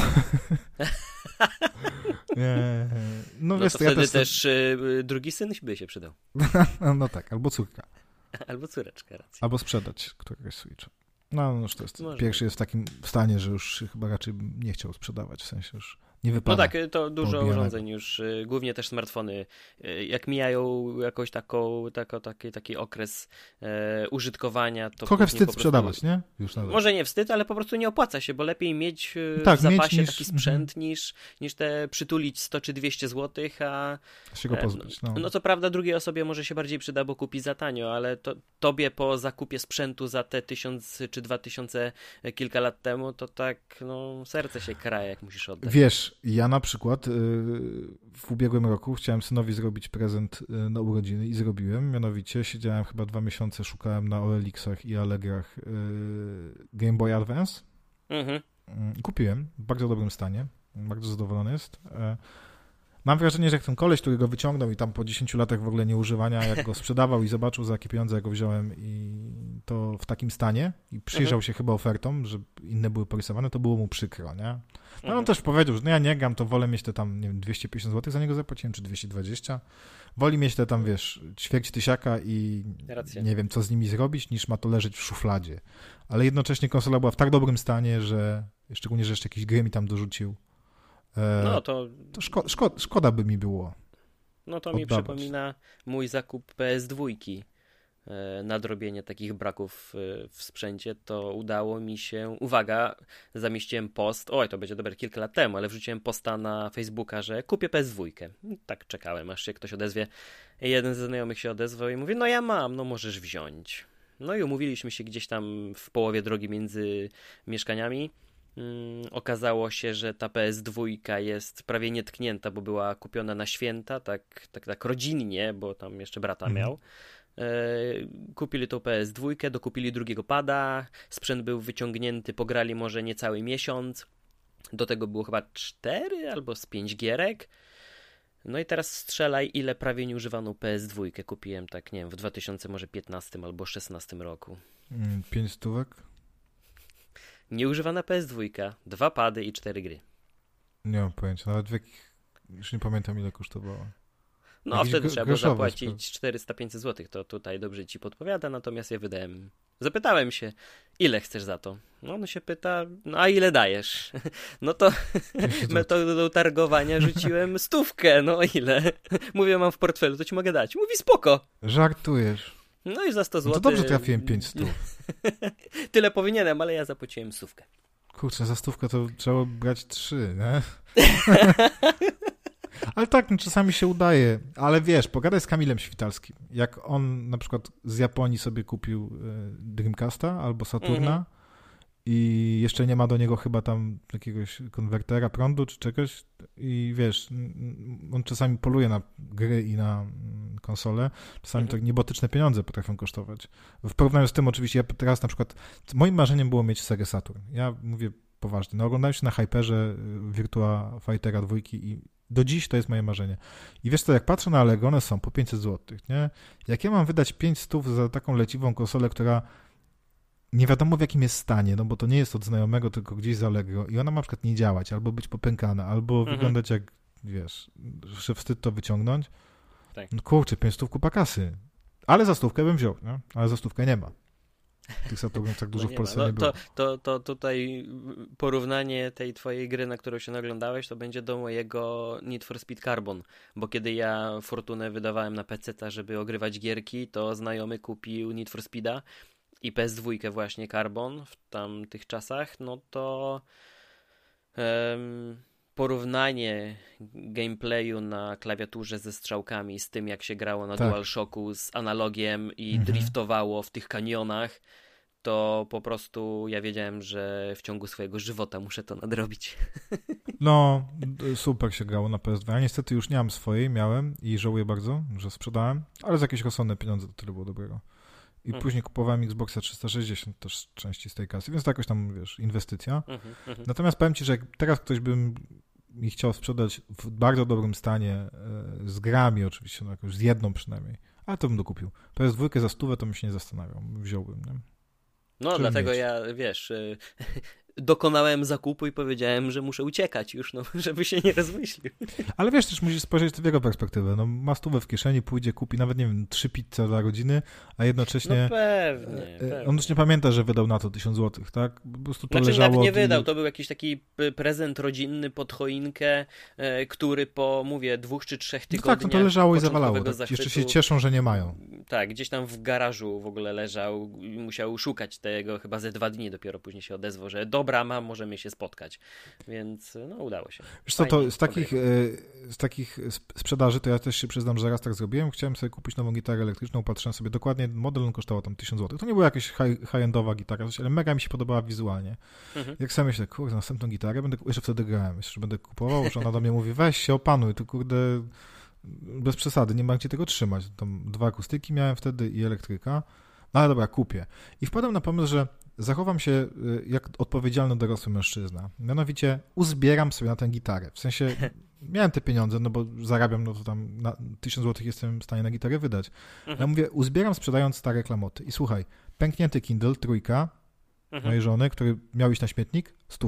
To wtedy też drugi syn by się przydał. No tak, albo córka. Albo córeczka, racja. Albo sprzedać któregoś Switcha. Już to jest. Pierwszy jest w takim stanie, że już chyba raczej nie chciał sprzedawać, w sensie już nie wypada. No tak, to dużo urządzeń już, głównie też smartfony, jak mijają jakoś taki okres użytkowania, to trochę wstyd sprzedawać, nie? Może nie wstyd, ale po prostu nie opłaca się, bo lepiej mieć w zapasie taki sprzęt niż te przytulić 100 czy 200 zł, a się go pozbyć. No co prawda drugiej osobie może się bardziej przyda, bo kupi za tanio, ale tobie po zakupie sprzętu za te 1000 czy 2000 kilka lat temu, to tak serce się kraje, jak musisz oddać. Wiesz, ja na przykład w ubiegłym roku chciałem synowi zrobić prezent na urodziny i zrobiłem, mianowicie siedziałem chyba 2 miesiące, szukałem na OLX-ach i Allegrach Game Boy Advance. Kupiłem w bardzo dobrym stanie, bardzo zadowolony jest. Mam wrażenie, że jak ten koleś, który go wyciągnął i tam po 10 latach w ogóle nieużywania, jak go sprzedawał i zobaczył, za jakie pieniądze ja go wziąłem i to w takim stanie i przyjrzał się chyba ofertom, że inne były porysowane, to było mu przykro, nie? No on też powiedział, że ja nie gram, to wolę mieć te tam, nie wiem, 250 zł za niego zapłaciłem, czy 220. Woli mieć te tam, wiesz, ćwierć tysiaka i nie wiem, co z nimi zrobić, niż ma to leżeć w szufladzie. Ale jednocześnie konsola była w tak dobrym stanie, że Szczególnie, że jeszcze jakieś gry mi tam dorzucił. No to szkoda by mi było. No to oddawać. Mi przypomina mój zakup PS2. Nadrobienie takich braków w sprzęcie, to udało mi się, uwaga, zamieściłem post, to będzie dobre kilka lat temu, ale wrzuciłem posta na Facebooka, że kupię PS2. Tak czekałem, aż się ktoś odezwie. Jeden ze znajomych się odezwał i mówi, no ja mam, no możesz wziąć. No i umówiliśmy się gdzieś tam w połowie drogi między mieszkaniami. Okazało się, że ta PS2 jest prawie nietknięta, bo była kupiona na święta, tak rodzinnie, bo tam jeszcze brata miał. Kupili tą PS2, dokupili drugiego pada, sprzęt był wyciągnięty, pograli może niecały miesiąc, do tego było chyba 4 albo z 5 gierek. No i teraz strzelaj, ile prawie nieużywaną PS2 kupiłem, tak nie wiem, w 2015 albo 2016 roku. 5 stówek? Nieużywana PS2, 2 pady i 4 gry. Nie mam pojęcia, nawet w jakich, już nie pamiętam ile kosztowała. No a wtedy trzeba było zapłacić 400-500 zł, to tutaj dobrze ci podpowiada, natomiast ja zapytałem się, ile chcesz za to? No on się pyta, no a ile dajesz? No to metodą targowania rzuciłem 100, no ile? Mówię, mam w portfelu, to ci mogę dać. Mówi, spoko. Żartujesz. No i za 100 zł. No to dobrze trafiłem 500. Tyle powinienem, ale ja zapłaciłem 100. Kurczę, za 100 to trzeba brać 3, nie? Ale tak, no, czasami się udaje. Ale wiesz, pogadaj z Kamilem Świtalskim. Jak on na przykład z Japonii sobie kupił Dreamcasta albo Saturna i jeszcze nie ma do niego chyba tam jakiegoś konwertera prądu czy czegoś i wiesz, on czasami poluje na gry i na konsole. Czasami to niebotyczne pieniądze potrafią kosztować. W porównaniu z tym oczywiście ja teraz na przykład, moim marzeniem było mieć Sega Saturn. Ja mówię poważnie. No oglądałem się na Hyperze Virtua Fightera 2 i do dziś to jest moje marzenie. I wiesz co, jak patrzę na Allegro, one są po 500 zł, nie? Jak ja mam wydać 500 za taką leciwą konsolę, która nie wiadomo w jakim jest stanie, no bo to nie jest od znajomego, tylko gdzieś z Allegro i ona ma na przykład nie działać, albo być popękana, albo wyglądać jak, wiesz, że wstyd to wyciągnąć. Tak. No kurczę, 500 kupa kasy. Ale za 100 bym wziął, nie? Ale za 100 nie ma. Tych Saturnów tak dużo w Polsce nie było. To tutaj porównanie tej twojej gry, na którą się naglądałeś, to będzie do mojego Need for Speed Carbon, bo kiedy ja fortunę wydawałem na PC-ta, żeby ogrywać gierki, to znajomy kupił Need for Speeda i PS2 właśnie Carbon w tamtych czasach, no to porównanie gameplayu na klawiaturze ze strzałkami z tym, jak się grało na DualShocku z analogiem i driftowało w tych kanionach, to po prostu ja wiedziałem, że w ciągu swojego żywota muszę to nadrobić. No, super się grało na PS2. Ja niestety już nie mam swojej, miałem i żałuję bardzo, że sprzedałem, ale za jakieś rozsądne pieniądze to tyle było dobrego. I później kupowałem Xboxa 360 też części z tej kasy, więc to jakoś tam, wiesz, inwestycja. Natomiast powiem ci, że jak teraz ktoś by mi chciał sprzedać w bardzo dobrym stanie, z grami oczywiście, no jakoś z jedną przynajmniej, ale to bym dokupił. PS2 za 100 to bym się nie zastanawiał, wziąłbym, nie? No, żeby dlatego mieć. Ja, wiesz, dokonałem zakupu i powiedziałem, że muszę uciekać już, no, żeby się nie rozmyślił. Ale wiesz, też musisz spojrzeć z jego perspektywy. No, ma 100 w kieszeni, pójdzie, kupi nawet, nie wiem, 3 pizze dla rodziny, a jednocześnie... No pewnie. On już nie pamięta, że wydał na to 1000 zł, tak? Po prostu to leżało... nawet nie wydał, to był jakiś taki prezent rodzinny pod choinkę, który po, mówię, 2 czy 3 tygodniach... No tak, no to leżało i zawalało. Tak. Jeszcze się cieszą, że nie mają. Tak, gdzieś tam w garażu w ogóle leżał i musiał szukać tego chyba ze 2 dni, dopiero później się odezwał, że dobra, możemy się spotkać, więc no udało się. Wiesz co, to z takich sprzedaży, to ja też się przyznam, że raz tak zrobiłem, chciałem sobie kupić nową gitarę elektryczną, patrzyłem sobie dokładnie, model on kosztował tam 1000 zł. To nie była jakaś high-endowa gitara, ale mega mi się podobała wizualnie. Jak sam myślę, kurde, następną gitarę, jeszcze wtedy grałem, jeszcze będę kupował, że ona do mnie mówi, weź się opanuj, to kurde, bez przesady, nie ma gdzie tego trzymać. Tam 2 akustyki miałem wtedy i elektryka, no ale dobra, kupię. I wpadłem na pomysł, że zachowam się jak odpowiedzialny dorosły mężczyzna. Mianowicie uzbieram sobie na tę gitarę. W sensie miałem te pieniądze, no bo zarabiam, no to tam na 1000 zł jestem w stanie na gitarę wydać. Ja mówię, uzbieram sprzedając stare klamoty. I słuchaj, pęknięty Kindle, 3 mojej żony, który miał iść na śmietnik, 100.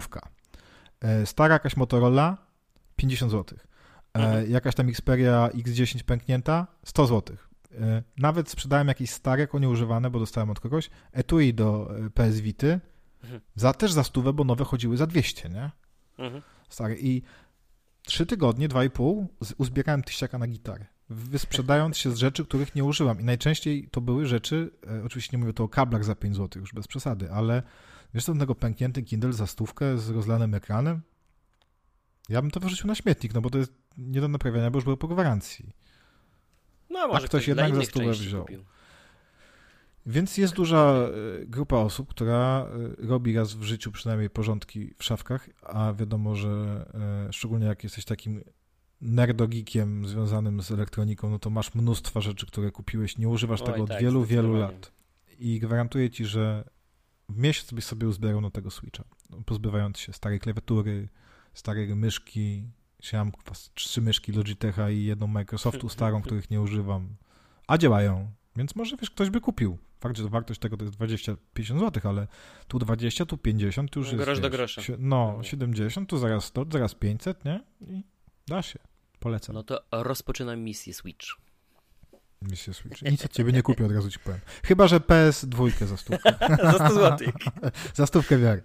Stara jakaś Motorola, 50 zł. Jakaś tam Xperia X10 pęknięta, 100 zł. Nawet sprzedałem jakieś stare, nieużywane, bo dostałem od kogoś, etui do PS Vity, Też za 100, bo nowe chodziły za 200, nie? Stary. I 3 tygodnie, 2,5 uzbierałem tysiaka na gitarę, wysprzedając się z rzeczy, których nie używam. I najczęściej to były rzeczy, oczywiście nie mówię tu o kablach za 5 zł, już bez przesady, ale wiesz co, tego pęknięty Kindle za 100 z rozlanym ekranem? Ja bym to wyrzucił na śmietnik, no bo to jest nie do naprawiania, bo już było po gwarancji. No, może ktoś jednak za 100 wziął. Kupił. Więc jest duża grupa osób, która robi raz w życiu przynajmniej porządki w szafkach, a wiadomo, że szczególnie jak jesteś takim nerdogikiem związanym z elektroniką, no to masz mnóstwo rzeczy, które kupiłeś, nie używasz tego od wielu lat. I gwarantuję ci, że w miesiąc byś sobie uzbierał na tego Switcha, pozbywając się starej klawiatury, starej myszki. Mam 3 myszki Logitecha i jedną Microsoftu starą, których nie używam, a działają. Więc może, wiesz, ktoś by kupił. Fakt, że wartość tego to jest 20-50 zł, ale tu 20, tu 50, tu już jest, grosz do grosza. 70, tu zaraz 100, zaraz 500, nie? I da się. Polecam. No to rozpoczynam misję Switch. Misję Switch. Nic od ciebie nie kupię, od razu ci powiem. Chyba, że PS2 za 100. Za 100 zł. Za 100 wiary.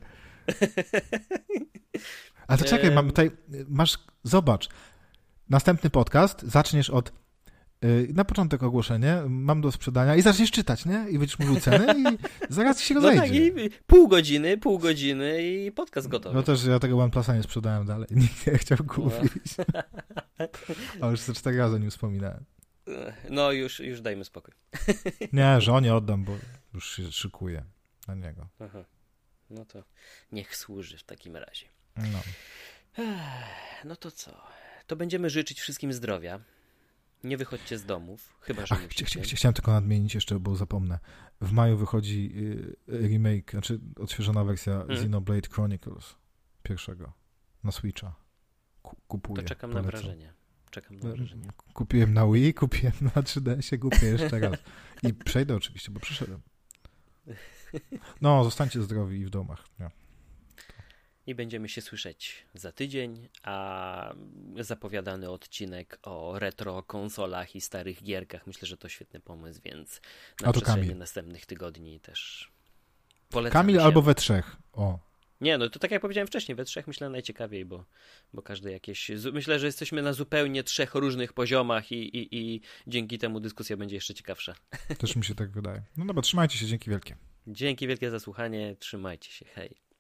Ale to czekaj, zobacz, następny podcast zaczniesz od na początek ogłoszenie, mam do sprzedania i zaczniesz czytać, nie? I będziesz mówił ceny i zaraz się rozejdzie. No tak, i pół godziny i podcast gotowy. No też ja tego OnePlusa nie sprzedałem dalej, nikt nie chciał kupić. A już ze 4 razy o nim wspominałem. No już dajmy spokój. Nie, żonie oddam, bo już się szykuję na niego. Aha. No to niech służy w takim razie. No. No to co? To będziemy życzyć wszystkim zdrowia. Nie wychodźcie z domów, chyba że Chciałem tylko nadmienić jeszcze, bo zapomnę. W maju wychodzi remake, znaczy odświeżona wersja Xenoblade Chronicles pierwszego na Switcha. Kupuję. To czekam na wrażenie. Kupiłem na Wii, kupiłem na 3DS-ie, kupię jeszcze raz. I przejdę oczywiście, bo przyszedłem. No, zostańcie zdrowi i w domach. Nie. I będziemy się słyszeć za tydzień, a zapowiadany odcinek o retro konsolach i starych gierkach, myślę, że to świetny pomysł, więc na przestrzeni następnych tygodni też polecam. Kamil się. Albo we 3. O. Nie, no to tak jak powiedziałem wcześniej, we 3 myślę najciekawiej, bo każdy jakieś... Myślę, że jesteśmy na zupełnie 3 różnych poziomach i dzięki temu dyskusja będzie jeszcze ciekawsza. Też mi się tak wydaje. No dobra, trzymajcie się, dzięki wielkie. Dzięki wielkie za słuchanie, trzymajcie się, hej.